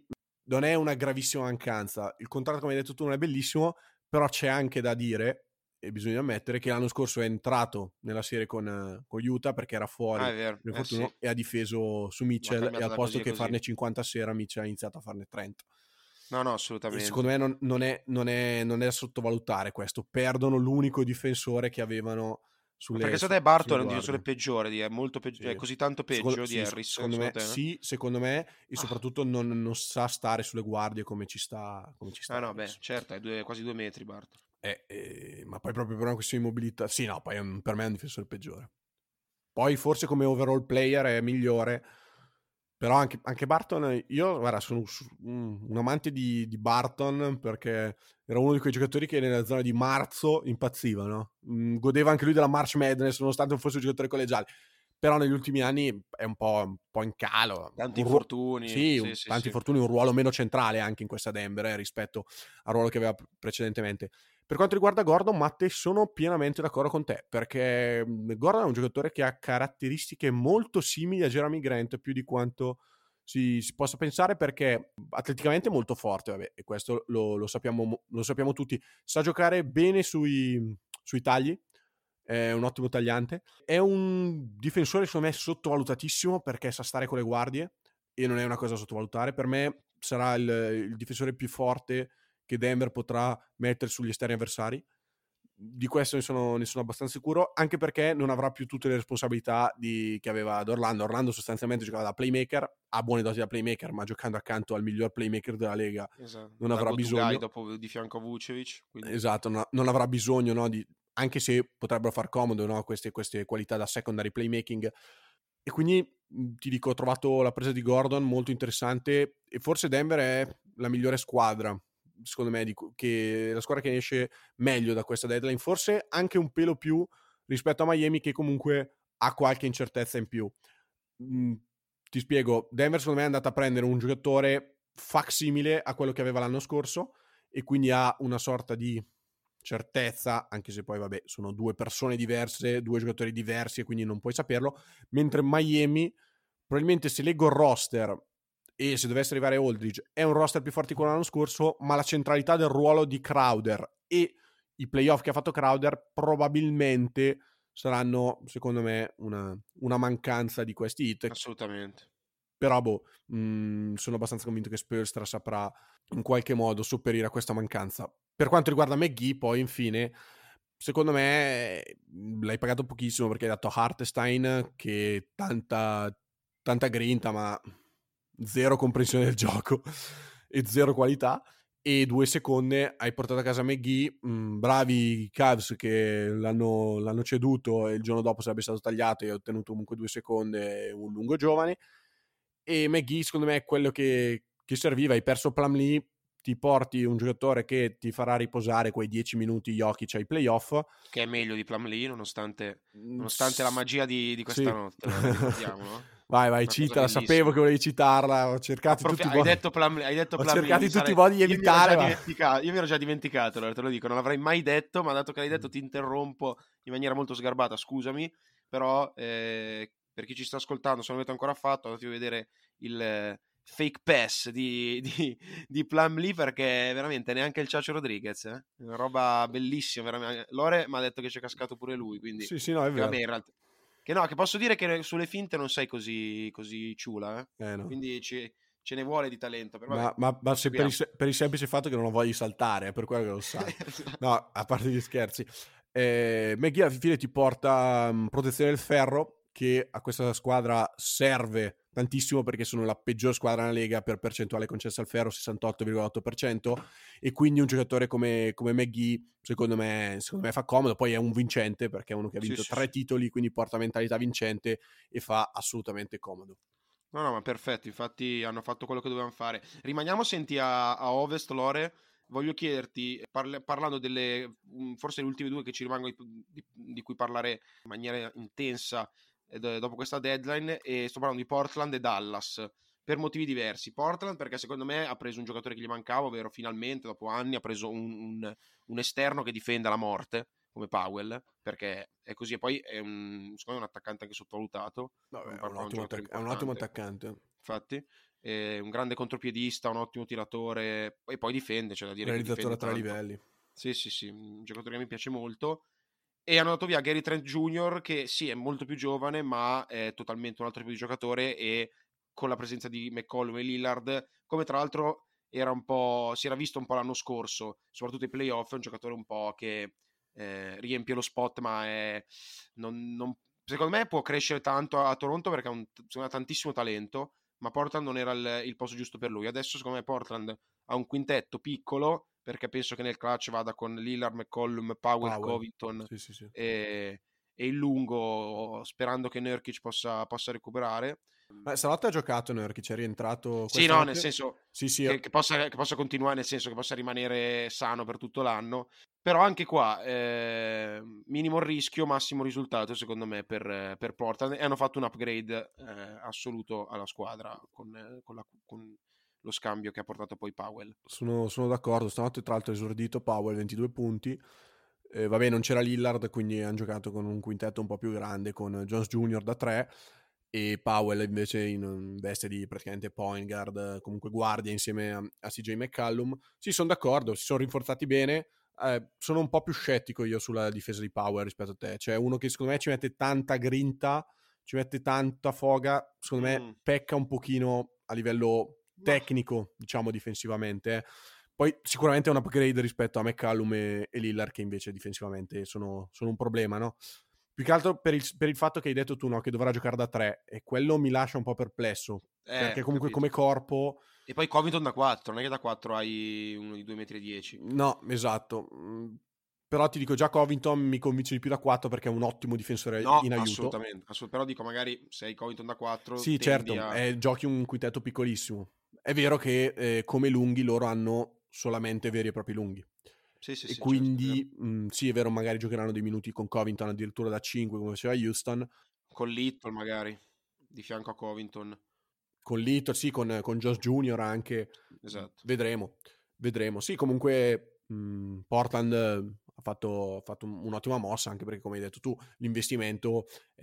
non è una gravissima mancanza. Il contratto, come hai detto tu, non è bellissimo, però c'è anche da dire, e bisogna ammettere, che l'anno scorso è entrato nella serie con, con Utah perché era fuori Ah, è vero, per eh, fortuna, sì. e ha difeso su Mitchell, e cambiata al da posto così che a così. farne cinquanta a sera Mitchell ha iniziato a farne trenta. No, no, E assolutamente. secondo me non, non, è, non, è, non è da sottovalutare questo. Perdono l'unico difensore che avevano sulle, Perché su, secondo te Barton è un sulle difensore guardie. peggiore di è molto peggio, Sì. è così tanto peggio Secondo, di sì, Harris? secondo me te? sì, secondo me, e soprattutto non, non sa stare sulle guardie come ci sta, come ci sta Ah no, Harris. beh, certo, è due, quasi due metri Barton. Eh, eh, ma poi proprio per una questione di mobilità, sì, no, poi è un, per me è un difensore peggiore. Poi forse come overall player è migliore, però anche, anche Barton, io guarda, sono un, un amante di, di Barton perché era uno di quei giocatori che nella zona di marzo impazziva, no? Mm, godeva anche lui della March Madness nonostante non fosse un giocatore collegiale, però negli ultimi anni è un po', un po' in calo. Tanti un ruo- infortuni. Sì, Sì, un, sì, tanti sì. infortuni, un ruolo meno centrale anche in questa Denver eh, rispetto al ruolo che aveva precedentemente. Per quanto riguarda Gordon, Matte, sono pienamente d'accordo con te, perché Gordon è un giocatore che ha caratteristiche molto simili a Jeremy Grant, più di quanto si, si possa pensare, perché atleticamente è molto forte, vabbè, e questo lo, lo, sappiamo, lo sappiamo tutti. Sa giocare bene sui, sui tagli, è un ottimo tagliante. È un difensore, secondo me, sottovalutatissimo, perché sa stare con le guardie, e non è una cosa da sottovalutare. Per me sarà il, il difensore più forte che Denver potrà mettere sugli esterni avversari. Di questo ne sono, ne sono abbastanza sicuro, anche perché non avrà più tutte le responsabilità di, che aveva ad Orlando. Orlando sostanzialmente giocava da playmaker, ha buone doti da playmaker, ma giocando accanto al miglior playmaker della Lega Esatto. non Da avrà Go-to-guy bisogno. dopo di fianco a Vucevic. Quindi... Esatto, no, non avrà bisogno, no, di, anche se potrebbero far comodo, no, queste, queste qualità da secondary playmaking. E quindi ti dico, ho trovato la presa di Gordon molto interessante, e forse Denver è la migliore squadra, secondo me, di, che la squadra che esce meglio da questa deadline, forse anche un pelo più rispetto a Miami, che comunque ha qualche incertezza in più. Mm, ti spiego, Denver secondo me è andata a prendere un giocatore facsimile a quello che aveva l'anno scorso, e quindi ha una sorta di certezza, anche se poi vabbè sono due persone diverse, due giocatori diversi, e quindi non puoi saperlo, mentre Miami probabilmente, se leggo il roster e se dovesse arrivare Aldridge, è un roster più forte di quello dell'anno scorso, ma la centralità del ruolo di Crowder e i playoff che ha fatto Crowder probabilmente saranno, secondo me, una, una mancanza di questi hit. Assolutamente. Però boh, mh, sono abbastanza convinto che Spoelstra saprà in qualche modo sopperire a questa mancanza. Per quanto riguarda McGee, poi infine, secondo me l'hai pagato pochissimo, perché hai dato Hartenstein che tanta, tanta grinta, ma zero comprensione del gioco e zero qualità, e due seconde hai portato a casa McGee. Mh, bravi i Cavs che l'hanno, l'hanno ceduto, e il giorno dopo sarebbe stato tagliato, e ha ottenuto comunque due seconde e un lungo giovane. E McGee secondo me è quello che, che serviva. Hai perso Plumlee, ti porti un giocatore che ti farà riposare quei dieci minuti Jokic ai playoff, che è meglio di Plumlee nonostante, Mm, nonostante la magia di, di questa sì. notte, no? Ricordiamo, no? vai vai Una cosa citala, bellissima. sapevo che volevi citarla, ho cercato Approfi- tutti i hai modi, detto Plumlee, hai detto ho Plumlee, cercato in mi tutti sarei- i modi di io mi ero evitare, già ma... dimenticato, io mi ero già dimenticato, allora te lo dico, non l'avrei mai detto, ma dato che l'hai detto ti interrompo in maniera molto sgarbata, scusami, però eh, per chi ci sta ascoltando, se non l'avete ancora fatto, andate a vedere il eh, fake pass di, di, di Plumlee, perché veramente neanche il Ciacio Rodriguez, eh? È una roba bellissima, veramente. Lore mi ha detto che c'è cascato pure lui, quindi sì sì no è che vero, vabbè, in realtà che no, che posso dire che sulle finte non sei così, così ciula, eh? eh, no. Quindi ci, ce ne vuole di talento. Però ma, vabbè, ma, ma se per, il, proseguiamo. per il semplice fatto che non lo voglio saltare, è per quello che lo sai. No, a parte gli scherzi, eh, McGee alla fine ti porta um, protezione del ferro, che a questa squadra serve tantissimo, perché sono la peggior squadra nella Lega per percentuale concessa al ferro, sessantotto virgola otto per cento, e quindi un giocatore come, come McGee secondo me, secondo me fa comodo. Poi è un vincente, perché è uno che ha vinto Sì, sì, tre sì. titoli, quindi porta mentalità vincente e fa assolutamente comodo. No, no, ma perfetto, infatti hanno fatto quello che dovevano fare. Rimaniamo senti a, a Ovest, Lore. Voglio chiederti, parla- parlando delle, um, forse le ultime due che ci rimangono di, di- di cui parlare in maniera intensa eh, do- dopo questa deadline, e sto parlando di Portland e Dallas, per motivi diversi. Portland perché secondo me ha preso un giocatore che gli mancava, ovvero finalmente dopo anni ha preso un, un- un esterno che difenda la morte, come Powell, perché è così, e poi è un, secondo me è un attaccante anche sottovalutato. Vabbè, è, un, un un ottimo, giocatore attac- è un ottimo importante. attaccante. Infatti, eh, un grande contropiedista, un ottimo tiratore e poi difende, c'è da dire che Realizzatore a difende tre tanto. livelli. Sì, sì, sì, un giocatore che mi piace molto. E hanno dato via Gary Trent Junior, che sì, è molto più giovane, ma è totalmente un altro tipo di giocatore, e con la presenza di McCollum e Lillard, come tra l'altro era un po', si era visto un po' l'anno scorso, soprattutto ai playoff, è un giocatore un po' che eh, riempie lo spot, ma è, non, non, secondo me può crescere tanto a, a Toronto perché ha, un, ha tantissimo talento, ma Portland non era il, il posto giusto per lui. Adesso secondo me Portland ha un quintetto piccolo, perché penso che nel clutch vada con Lillard, McCollum, Powell, Powell. Covington Sì, sì, sì. e, e il lungo, sperando che Nurkic possa, possa recuperare. Beh, stanotte ha giocato Nurkic, è rientrato Sì, no, nel senso sì, sì. che, che, possa, che possa continuare, nel senso che possa rimanere sano per tutto l'anno. Però anche qua, eh, minimo rischio, massimo risultato, secondo me, per, per Portland. E hanno fatto un upgrade eh, assoluto alla squadra con, eh, con, la, con lo scambio che ha portato poi Powell. Sono, sono d'accordo, stanotte tra l'altro è esordito Powell, ventidue punti. Eh, vabbè, non c'era Lillard, quindi hanno giocato con un quintetto un po' più grande, con Jones Junior da tre e Powell invece in veste di praticamente point guard, comunque guardia insieme a, a C J McCallum. Sì, sono d'accordo, si sono rinforzati bene. Eh, sono un po' più scettico io sulla difesa di Powell rispetto a te, cioè uno che secondo me ci mette tanta grinta, ci mette tanta foga, secondo me Mm. pecca un pochino a livello tecnico, diciamo difensivamente, eh. Poi sicuramente è un upgrade rispetto a McCallum e, e Lillard, che invece difensivamente sono, sono un problema, no? Più che altro per il, per il fatto che hai detto tu, no, che dovrà giocare da tre, e quello mi lascia un po' perplesso, Eh, perché comunque capito. come corpo... E poi Covington da quattro, non è che da quattro hai uno di due metri e dieci. No, esatto. Mm, però ti dico, già Covington mi convince di più da quattro perché è un ottimo difensore No, in aiuto. assolutamente, assolut- però dico magari se hai Covington da quattro Sì, tendi certo, a... eh, giochi un quintetto piccolissimo. È vero che eh, come lunghi loro hanno solamente veri e propri lunghi. Sì, sì, E sì, quindi, certo, mh, sì, è vero, magari giocheranno dei minuti con Covington addirittura da cinque, come faceva Houston. con Little magari, di fianco a Covington. Con Little, sì, con, con Josh Junior anche. Esatto. Vedremo, vedremo. Sì, comunque mh, Portland ha fatto, ha fatto un'ottima mossa, anche perché, come hai detto tu, l'investimento è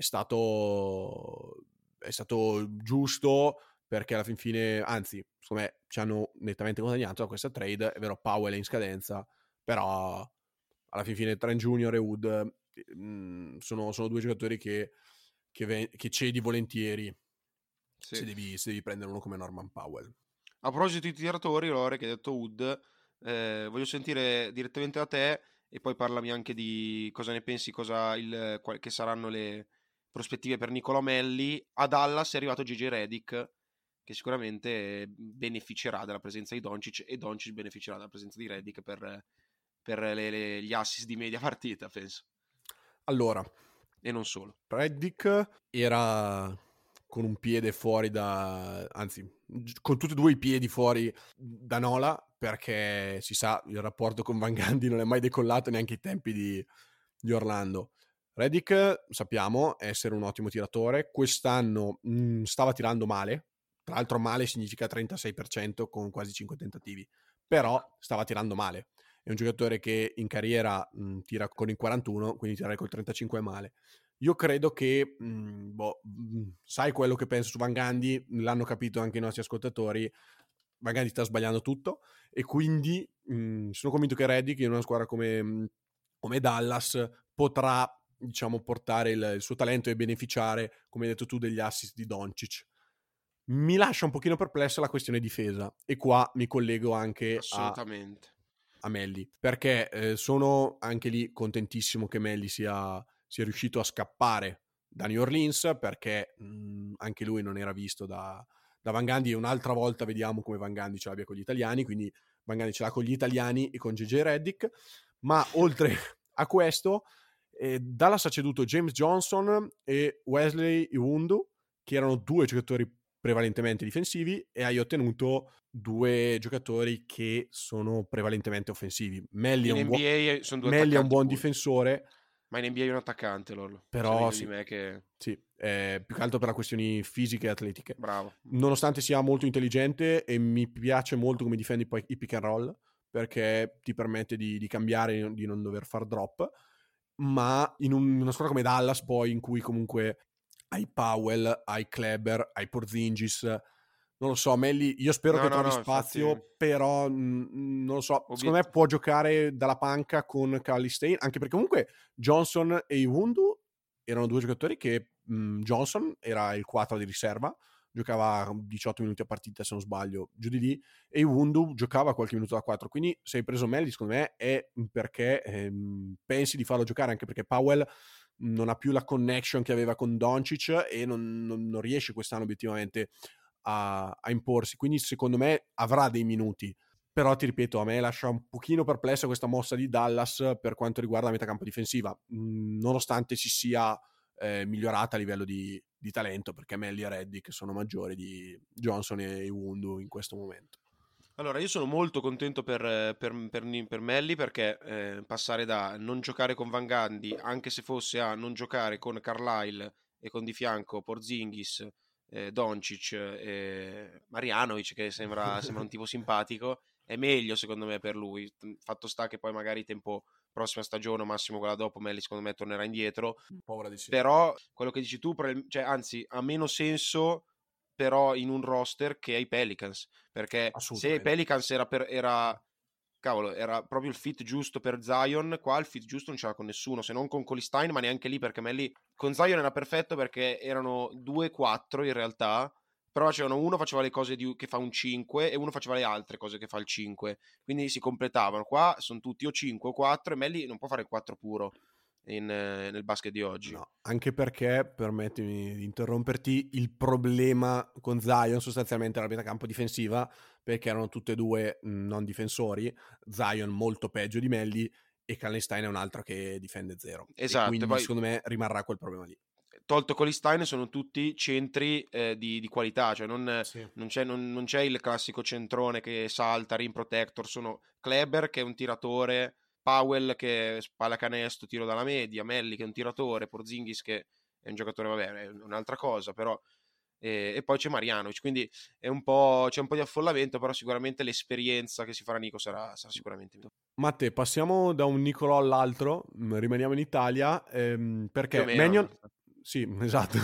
stato, è stato giusto, perché alla fin fine, anzi, secondo me ci hanno nettamente guadagnato da questa trade. È vero, Powell è in scadenza, però alla fin fine Trent Junior e Wood mh, sono, sono due giocatori che, che, ve- che cedi volentieri Sì. se, devi, se devi prendere uno come Norman Powell. A proposito di tiratori, Lore, che hai detto Wood, eh, voglio sentire direttamente da te e poi parlami anche di cosa ne pensi, cosa il, qual- che saranno le prospettive per Nicolò Melli. A Dallas è arrivato J J Redick, che sicuramente beneficerà della presenza di Doncic, e Doncic beneficerà della presenza di Redick per, per le- le- gli assist di media partita, penso. Allora, E non solo. Redick era con un piede fuori da... anzi, con tutti e due i piedi fuori da Nola, perché si sa, il rapporto con Van Gundy non è mai decollato neanche ai tempi di, di Orlando. Redick, sappiamo, essere un ottimo tiratore. Quest'anno mh, stava tirando male. Tra l'altro male significa trentasei per cento con quasi cinque tentativi. Però stava tirando male. È un giocatore che in carriera mh, tira con il quarantuno, quindi tirare col trentacinque è male. Io credo che, mh, boh, mh, sai quello che penso su Van Gundy, l'hanno capito anche i nostri ascoltatori, Van Gundy sta sbagliando tutto, e quindi mh, sono convinto che Redick in una squadra come, mh, come Dallas potrà, diciamo, portare il, il suo talento e beneficiare, come hai detto tu, degli assist di Doncic. Mi lascia un pochino perplesso la questione difesa, e qua mi collego anche a Assolutamente. a Melli, perché eh, sono anche lì contentissimo che Melli sia, sia riuscito a scappare da New Orleans, perché mh, anche lui non era visto da, da Van Gundy, e un'altra volta vediamo come Van Gundy ce l'abbia con gli italiani, quindi Van Gundy ce l'ha con gli italiani e con J J Redick. Ma oltre a questo, eh, Dallas ha ceduto James Johnson e Wesley Iwundu, che erano due giocatori prevalentemente difensivi, e hai ottenuto due giocatori che sono prevalentemente offensivi. Melli, è un, In buo- N B A sono due Melli è un attaccanti buon puri. difensore, Ma in N B A è un attaccante, Lollo. però Sai sì, meglio di me che... sì, eh, più che altro per questioni fisiche e atletiche. Bravo. Nonostante sia molto intelligente, e mi piace molto come difendi poi i pick and roll, perché ti permette di, di cambiare, di non dover far drop, ma in un, una squadra come Dallas poi, in cui comunque hai Powell, hai Kleber, hai Porzingis, non lo so, Melli, io spero No, che no, trovi no, spazio, infatti, però mh, non lo so, obiet- secondo me può giocare dalla panca con Kallistein, anche perché comunque Johnson e Iwundu erano due giocatori che mh, Johnson era il quattro di riserva, giocava diciotto minuti a partita se non sbaglio, giù di lì, e Iwundu giocava qualche minuto da quattro, quindi se hai preso Melli secondo me è perché ehm, pensi di farlo giocare, anche perché Powell non ha più la connection che aveva con Doncic e non, non, non riesce quest'anno obiettivamente a, a imporsi, quindi secondo me avrà dei minuti, però ti ripeto, a me lascia un pochino perplessa questa mossa di Dallas per quanto riguarda la metacampo difensiva, mh, nonostante si sia eh, migliorata a livello di, di talento, perché Melli e Reddick sono maggiori di Johnson e Iwundu in questo momento. Allora, io sono molto contento per, per, per, per Melli, perché eh, passare da non giocare con Van Gundy, anche se fosse a non giocare con Carlisle e con di fianco Porzingis, eh, Doncic e Marjanovic, che sembra, sembra un tipo simpatico, è meglio secondo me per lui. Fatto sta che poi magari tempo prossima stagione o massimo quella dopo Melli secondo me tornerà indietro. Povera di sì. Però quello che dici tu, cioè, anzi, ha meno senso però in un roster che ai Pelicans, perché se ai Pelicans era, per, era cavolo, era proprio il fit giusto per Zion, qua il fit giusto non c'era con nessuno, se non con Colistein, ma neanche lì, perché Melli con Zion era perfetto perché erano due quattro in realtà, però c'erano uno faceva le cose di, che fa un cinque e uno faceva le altre cose che fa il cinque, quindi si completavano. Qua sono tutti o cinque o quattro e Melli non può fare il quattro puro in, eh, nel basket di oggi. No, anche perché, permettimi di interromperti, il problema con Zion sostanzialmente era la metacampo difensiva, perché erano tutte e due mh, non difensori, Zion molto peggio di Melli e Kallenstein è un altro che difende zero. Esatto, e quindi e poi, secondo me rimarrà quel problema lì. Tolto Colistein sono tutti centri eh, di, di qualità, cioè non, Sì. non, c'è, non, non c'è il classico centrone che salta, rim protector, sono Kleber che è un tiratore, Powell che spalla canestro, tiro dalla media, Melli che è un tiratore, Porzingis che è un giocatore, vabbè, è un'altra cosa, però e, e poi c'è Marjanovic, quindi è un po', c'è un po' di affollamento, però sicuramente l'esperienza che si farà Nico sarà, sarà sicuramente migliore. Matte, passiamo da un Nicolò all'altro, rimaniamo in Italia, ehm, perché Più o meno. Mannion... Sì, esatto.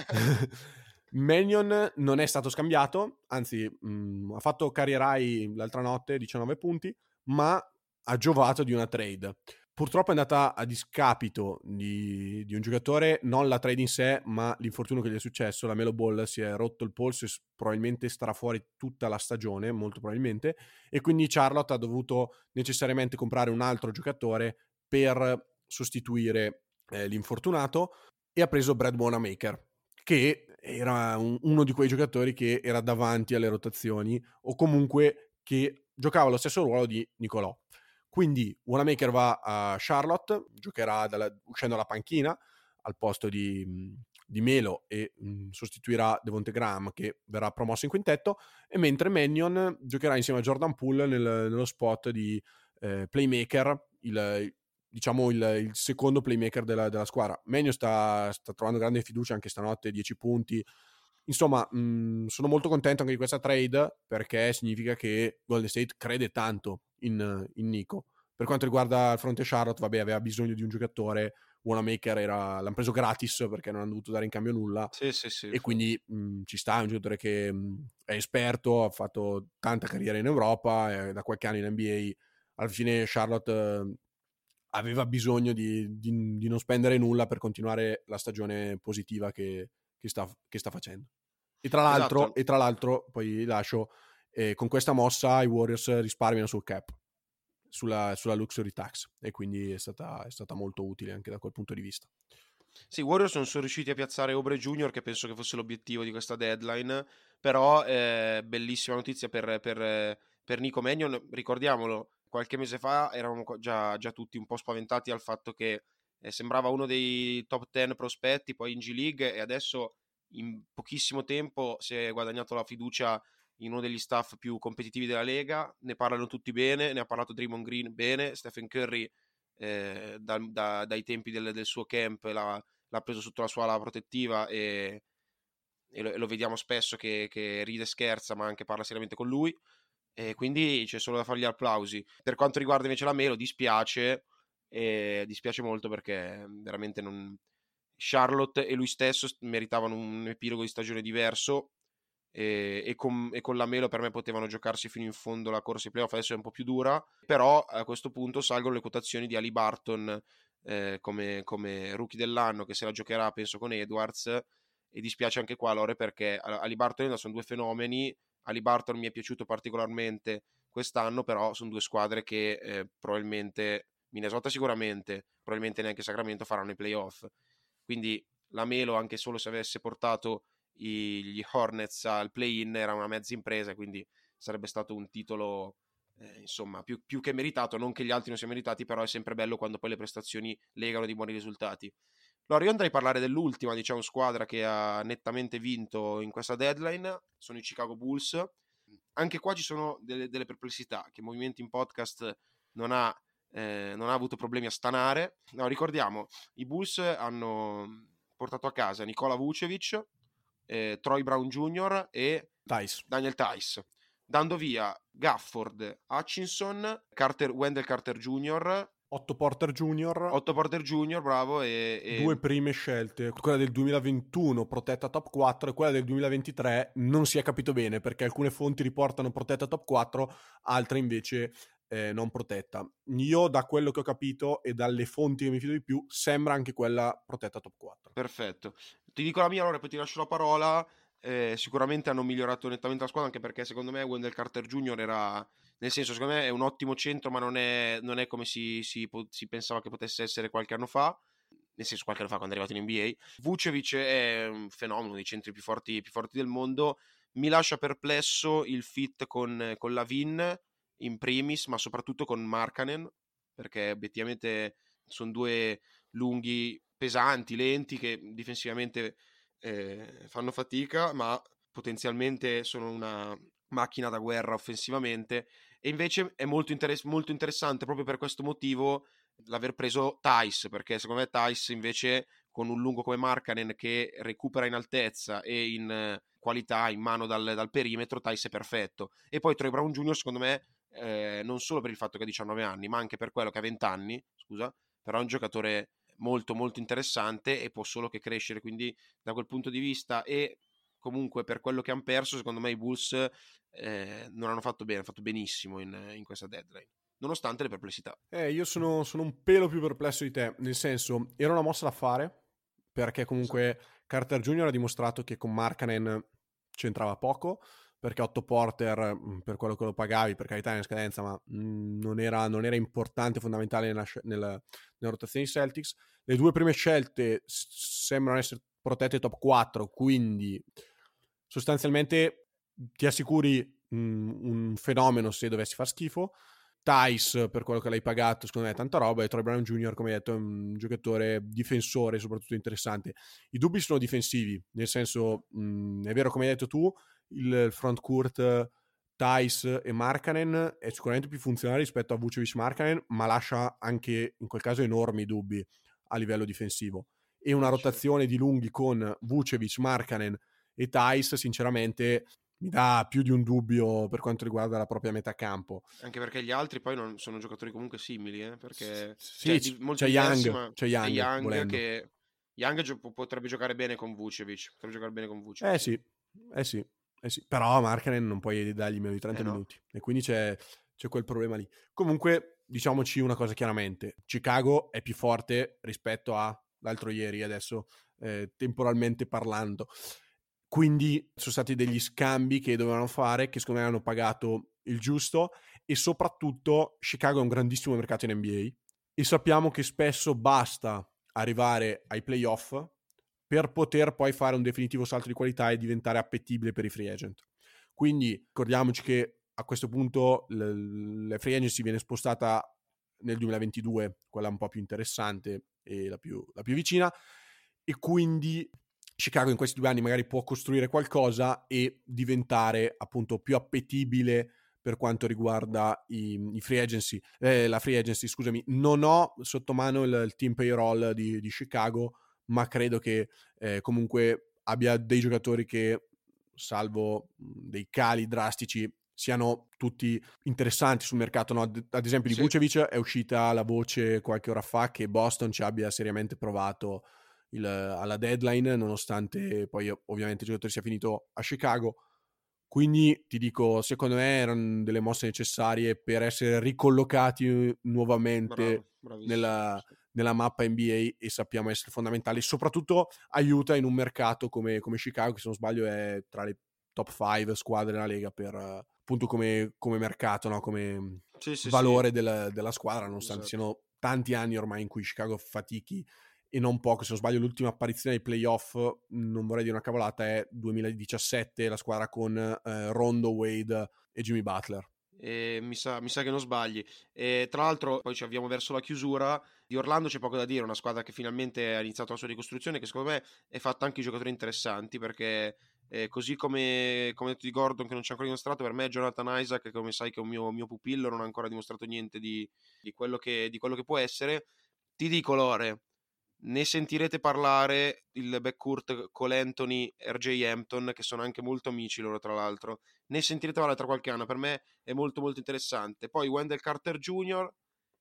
Mannion non è stato scambiato, anzi mh, ha fatto career high l'altra notte, diciannove punti, ma ha giovato di una trade. Purtroppo è andata a discapito di, di un giocatore, non la trade in sé, ma l'infortunio che gli è successo. La Melo Ball si è rotto il polso e probabilmente starà fuori tutta la stagione, molto probabilmente, e quindi Charlotte ha dovuto necessariamente comprare un altro giocatore per sostituire eh, l'infortunato e ha preso Brad Wanamaker, che era un, uno di quei giocatori che era davanti alle rotazioni o comunque che giocava lo stesso ruolo di Nicolò. Quindi Wanamaker va a Charlotte, giocherà dalla, uscendo dalla panchina al posto di, di Melo e mh, sostituirà Devonte Graham, che verrà promosso in quintetto, e mentre Mannion giocherà insieme a Jordan Poole nel, nello spot di eh, playmaker, il, diciamo il, il secondo playmaker della, della squadra. Mannion sta, sta trovando grande fiducia anche stanotte, dieci punti. Insomma, mh, sono molto contento anche di questa trade, perché significa che Golden State crede tanto in, in Nico. Per quanto riguarda il fronte Charlotte, vabbè, aveva bisogno di un giocatore, Wanamaker era, l'hanno preso gratis perché non hanno dovuto dare in cambio nulla, sì, sì, sì, e sì. Quindi mh, ci sta, è un giocatore che mh, è esperto, ha fatto tanta carriera in Europa, è da qualche anno in N B A. Alla fine Charlotte eh, aveva bisogno di, di, di non spendere nulla per continuare la stagione positiva che, che, sta, che sta facendo. E tra l'altro, esatto. e tra l'altro poi lascio, eh, con questa mossa i Warriors risparmiano sul cap, sulla, sulla luxury tax, e quindi è stata, è stata molto utile anche da quel punto di vista. Sì, Warriors non sono riusciti a piazzare Oubre Junior, che penso che fosse l'obiettivo di questa deadline, però eh, bellissima notizia per, per, per Nico Mannion. Ricordiamolo, qualche mese fa eravamo già, già tutti un po' spaventati al fatto che eh, sembrava uno dei top dieci prospetti poi in G League, e adesso in pochissimo tempo si è guadagnato la fiducia in uno degli staff più competitivi della Lega. Ne parlano tutti bene, ne ha parlato Draymond Green bene, Stephen Curry eh, da, da, dai tempi del, del suo camp l'ha, l'ha preso sotto la sua ala protettiva, e, e, lo, e lo vediamo spesso che, che ride e scherza, ma anche parla seriamente con lui, e quindi c'è solo da fare gli applausi. Per quanto riguarda invece la Melo, dispiace, e dispiace molto perché veramente non... Charlotte e lui stesso meritavano un epilogo di stagione diverso, e, e, con, e con la Melo per me potevano giocarsi fino in fondo la corsa ai playoff. Adesso è un po' più dura, però a questo punto salgono le quotazioni di Ali Barton eh, come, come rookie dell'anno, che se la giocherà penso con Edwards, e dispiace anche qua Lore, perché Ali Barton e Edwards sono due fenomeni. Ali Barton mi è piaciuto particolarmente quest'anno, però sono due squadre che eh, probabilmente, Minnesota sicuramente, probabilmente neanche Sacramento faranno i playoff, quindi la Melo, anche solo se avesse portato i, gli Hornets al play-in, era una mezza impresa, quindi sarebbe stato un titolo eh, insomma più, più che meritato. Non che gli altri non siano meritati, però è sempre bello quando poi le prestazioni legano di buoni risultati. Allora io andrei a parlare dell'ultima, diciamo, squadra che ha nettamente vinto in questa deadline, sono i Chicago Bulls. Anche qua ci sono delle, delle perplessità che Movimenti in Podcast non ha, eh, non ha avuto problemi a stanare. No, ricordiamo, i Bulls hanno portato a casa Nikola Vucevic, eh, Troy Brown Junior e Tice. Daniel Tice, dando via Gafford, Hutchinson, Carter, Wendell Carter Junior, Otto Porter Junior Otto Porter Junior, bravo, e, e... due prime scelte, quella del duemilaventuno protetta top quattro e quella del duemilaventitré non si è capito bene, perché alcune fonti riportano protetta top quattro, altre invece eh, non protetta. Io, da quello che ho capito e dalle fonti che mi fido di più, sembra anche quella protetta top quattro. Perfetto, ti dico la mia, allora poi ti lascio la parola. Eh, sicuramente hanno migliorato nettamente la squadra, anche perché secondo me Wendell Carter Junior era, nel senso, secondo me è un ottimo centro, ma non è, non è come si, si, si pensava che potesse essere qualche anno fa, nel senso qualche anno fa quando è arrivato in N B A. Vucevic è un fenomeno, uno dei centri più forti, più forti del mondo. Mi lascia perplesso il fit con, con Lavin in primis, ma soprattutto con Markkanen, perché obiettivamente sono due lunghi, pesanti, lenti, che difensivamente Eh, fanno fatica, ma potenzialmente sono una macchina da guerra offensivamente. E invece è molto, interess- molto interessante proprio per questo motivo l'aver preso Tice, perché secondo me Tice invece, con un lungo come Markkanen che recupera in altezza e in eh, qualità in mano dal, dal perimetro, Tice è perfetto. E poi Troy Brown Junior secondo me eh, non solo per il fatto che ha diciannove anni, ma anche per quello che ha venti anni, scusa, però è un giocatore molto molto interessante e può solo che crescere, quindi da quel punto di vista, e comunque per quello che hanno perso, secondo me i Bulls eh, non hanno fatto bene, hanno fatto benissimo in, in questa deadline, nonostante le perplessità. Eh, io sono, sono un pelo più perplesso di te, nel senso, era una mossa da fare, perché comunque sì. Carter Junior ha dimostrato che con Markkanen c'entrava poco, perché Otto Porter, per quello che lo pagavi, per carità in scadenza, ma mh, non, era, non era importante, fondamentale nella, nella, nella rotazione di Celtics. Le due prime scelte s- sembrano essere protette top quattro, quindi sostanzialmente ti assicuri mh, un fenomeno se dovessi far schifo. Tice, per quello che l'hai pagato, secondo me è tanta roba, e Troy Brown Junior, come hai detto, è un giocatore difensore, soprattutto interessante. I dubbi sono difensivi, nel senso, mh, è vero come hai detto tu, il front court Tice e Markkanen è sicuramente più funzionale rispetto a Vucevic Markkanen, ma lascia anche in quel caso enormi dubbi a livello difensivo, e una rotazione di lunghi con Vucevic, Markkanen e Tice sinceramente mi dà più di un dubbio per quanto riguarda la propria metà campo, anche perché gli altri poi non sono giocatori comunque simili, eh? Perché sì, cioè, molto c'è diversi, Young, ma c'è Young, c'è Young volendo. che Young gio- potrebbe giocare bene con Vucevic, potrebbe giocare bene con Vucevic. Eh sì, eh sì, eh sì. Però a Markkanen non puoi dargli meno di trenta eh no. minuti, e quindi c'è, c'è quel problema lì. Comunque, diciamoci una cosa chiaramente, Chicago è più forte rispetto all'altro ieri, adesso eh, temporalmente parlando. Quindi sono stati degli scambi che dovevano fare, che secondo me hanno pagato il giusto, e soprattutto Chicago è un grandissimo mercato in N B A e sappiamo che spesso basta arrivare ai playoff per poter poi fare un definitivo salto di qualità e diventare appetibile per i free agent. Quindi ricordiamoci che a questo punto la free agency viene spostata nel duemilaventidue, quella un po' più interessante e la più, la più vicina, e quindi Chicago in questi due anni magari può costruire qualcosa e diventare appunto più appetibile per quanto riguarda i, i free agency, eh, la free agency, scusami. Non ho sotto mano il, il team payroll di, di Chicago, ma credo che eh, comunque abbia dei giocatori che, salvo dei cali drastici, siano tutti interessanti sul mercato, no? Ad esempio di sì. Vucevic è uscita la voce qualche ora fa che Boston ci abbia seriamente provato il, alla deadline, nonostante poi ovviamente il giocatore sia finito a Chicago. Quindi ti dico, secondo me erano delle mosse necessarie per essere ricollocati nuovamente Bravo, nella, nella mappa N B A, e sappiamo essere fondamentali. Soprattutto aiuta in un mercato come, come Chicago, che se non sbaglio è tra le top cinque squadre della Lega per appunto come, come mercato, no? Come sì, sì, valore sì. Della, della squadra, nonostante Esatto. siano tanti anni ormai in cui Chicago fatichi, e non poco. Se non sbaglio l'ultima apparizione ai playoff, non vorrei dire una cavolata, è duemiladiciassette, la squadra con eh, Rondo, Wade e Jimmy Butler. E mi, sa, mi sa che non sbagli. E tra l'altro poi ci avviamo verso la chiusura. Di Orlando c'è poco da dire, una squadra che finalmente ha iniziato la sua ricostruzione, che secondo me è fatta anche di giocatori interessanti, perché eh, così come, come detto di Gordon, che non c'è ancora dimostrato, per me Jonathan Isaac, che come sai che è un mio, mio pupillo, non ha ancora dimostrato niente di, di, quello che, di quello che può essere. Ti dico, Lore, ne sentirete parlare, il backcourt Cole Anthony e R J Hampton, che sono anche molto amici loro tra l'altro, ne sentirete parlare tra qualche anno, per me è molto molto interessante. Poi Wendell Carter Junior,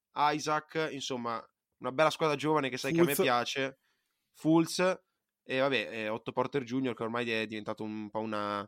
Isaac, insomma una bella squadra giovane che sai Fultz. Che a me piace, Fultz, e vabbè eh, Otto Porter Junior, che ormai è diventato un po' una,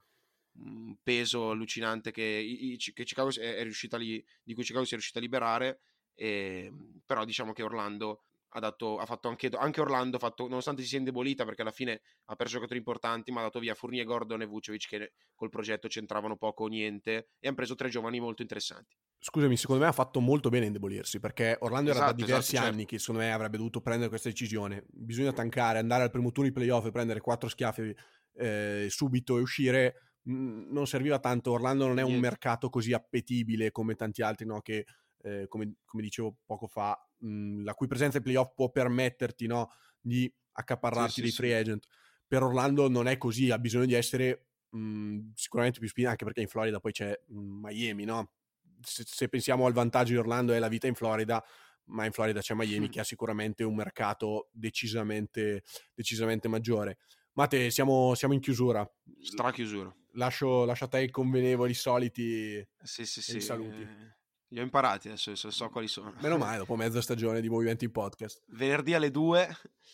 un peso allucinante che, i, che Chicago è, è riuscita lì, di cui Chicago si è riuscita a liberare, e, però diciamo che Orlando ha, dato, ha fatto anche, anche Orlando ha fatto, nonostante si sia indebolita perché alla fine ha perso giocatori importanti, ma ha dato via Fournier, Gordon e Vucevic, che col progetto c'entravano poco o niente, e hanno preso tre giovani molto interessanti. Scusami, secondo me ha fatto molto bene a indebolirsi, perché Orlando esatto, era da diversi esatto, anni certo. che secondo me avrebbe dovuto prendere questa decisione. Bisogna tankare, andare al primo turno di playoff e prendere quattro schiaffi eh, subito e uscire. Mm, non serviva tanto. Orlando non è Niente. un mercato così appetibile come tanti altri, no? Che eh, come, come dicevo poco fa, mh, la cui presenza ai playoff può permetterti, no, di accaparrarti sì, dei sì, free sì. agent. Per Orlando non è così, ha bisogno di essere mh, sicuramente più spinto, anche perché in Florida poi c'è mh, Miami, no? Se, se pensiamo al vantaggio di Orlando è la vita in Florida, ma in Florida c'è Miami che ha sicuramente un mercato decisamente, decisamente maggiore. Mate, siamo, siamo in chiusura. Strachiusura. Lascio, lascio a te i convenevoli soliti sì, sì, e sì. i saluti. Eh, li ho imparati adesso, so, so quali sono. Meno male, dopo mezza stagione di Movimenti in Podcast. Venerdì alle due,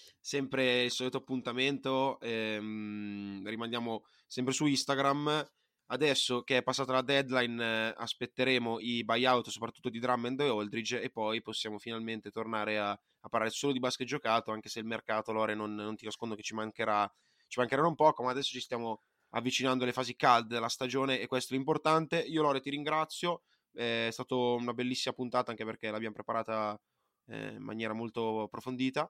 sempre il solito appuntamento, ehm, rimandiamo sempre su Instagram. Adesso che è passata la deadline eh, aspetteremo i buyout soprattutto di Drummond e Aldridge, e poi possiamo finalmente tornare a, a parlare solo di basket giocato, anche se il mercato, Lore, non, non ti nascondo che ci mancherà ci mancherà un poco, ma adesso ci stiamo avvicinando alle fasi calde della stagione e questo è importante. Io, Lore, ti ringrazio, è stata una bellissima puntata anche perché l'abbiamo preparata eh, in maniera molto approfondita,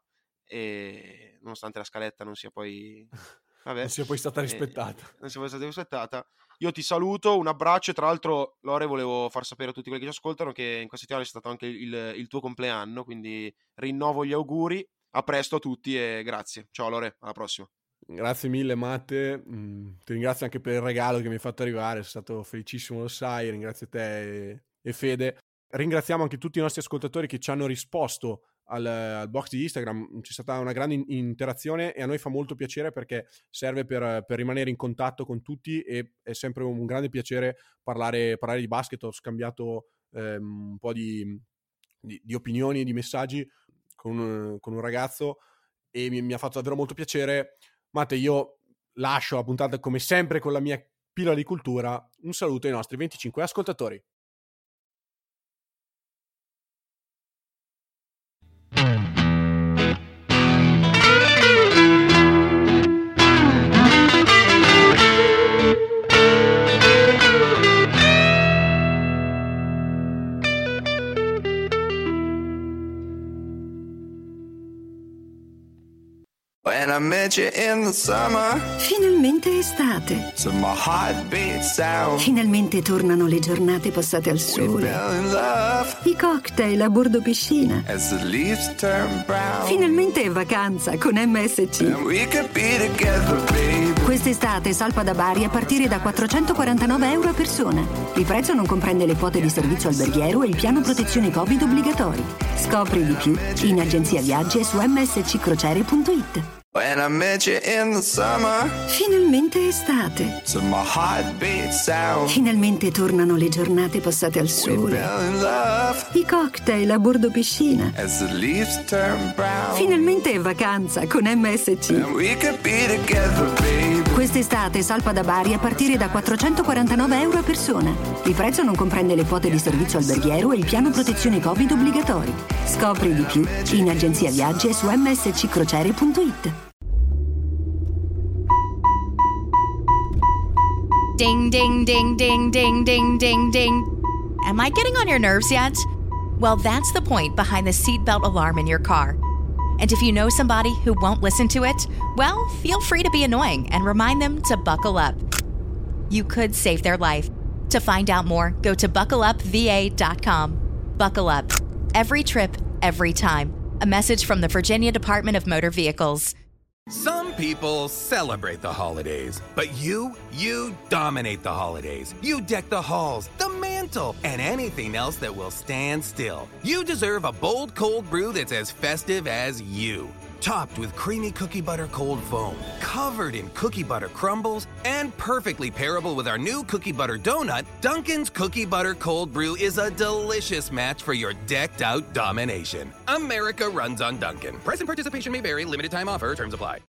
e nonostante la scaletta non sia poi vabbè, non sia poi stata rispettata eh, non sia poi stata rispettata. Io ti saluto, un abbraccio, e tra l'altro, Lore, volevo far sapere a tutti quelli che ci ascoltano che in questa settimana è stato anche il, il tuo compleanno, quindi rinnovo gli auguri, a presto a tutti e grazie. Ciao Lore, alla prossima. Grazie mille Matte, mm, ti ringrazio anche per il regalo che mi hai fatto arrivare, sono stato felicissimo, lo sai, ringrazio te e, e Fede. Ringraziamo anche tutti i nostri ascoltatori che ci hanno risposto al, al box di Instagram, c'è stata una grande in- interazione e a noi fa molto piacere perché serve per, per rimanere in contatto con tutti e è sempre un grande piacere parlare, parlare di basket. Ho scambiato ehm, un po' di, di, di opinioni e di messaggi con un, con un ragazzo e mi, mi ha fatto davvero molto piacere. Matte, io lascio la puntata come sempre con la mia pillola di cultura. Un saluto ai nostri venticinque ascoltatori. When I met you in the summer, Finalmente estate. to my heartbeat sound, Finalmente tornano le giornate passate al we sole. fell in love I cocktail a bordo piscina. as the leaves turn brown. Finalmente è vacanza con M S C. And we could be together, baby. Quest'estate salpa da Bari a partire da quattrocentoquarantanove euro a persona. Il prezzo non comprende le quote di servizio alberghiero e il piano protezione Covid obbligatori. Scopri di più in agenzia viaggi e su m s c crociere punto i t. When I met you in the summer, Finalmente estate. to my heartbeat sound, Finalmente tornano le giornate passate al we sole. fell in love I cocktail a bordo piscina. as the leaves turn brown. Finalmente è vacanza con M S C. And we could be together, baby. Quest'estate Quest'estate salpa da Bari a partire da quattrocentoquarantanove euro a persona. Il prezzo non comprende le quote di servizio alberghiero e il piano protezione Covid obbligatori. Scopri di più in agenzia viaggi e su m s c crociere punto i t. Ding, ding, ding, ding, ding, ding, ding, ding. Am I getting on your nerves yet? Well, that's the point behind the seatbelt alarm in your car. And if you know somebody who won't listen to it, well, feel free to be annoying and remind them to buckle up. You could save their life. To find out more, go to buckle up v a dot com. Buckle up. Every trip, every time. A message from the Virginia Department of Motor Vehicles. Some people celebrate the holidays, but you, you dominate the holidays. You deck the halls, the mantle, and anything else that will stand still. You deserve a bold cold brew that's as festive as you. Topped with creamy cookie butter cold foam, covered in cookie butter crumbles, and perfectly pairable with our new cookie butter donut, Dunkin's Cookie Butter Cold Brew is a delicious match for your decked out domination. America runs on Dunkin'. Price and participation may vary. Limited time offer. Terms apply.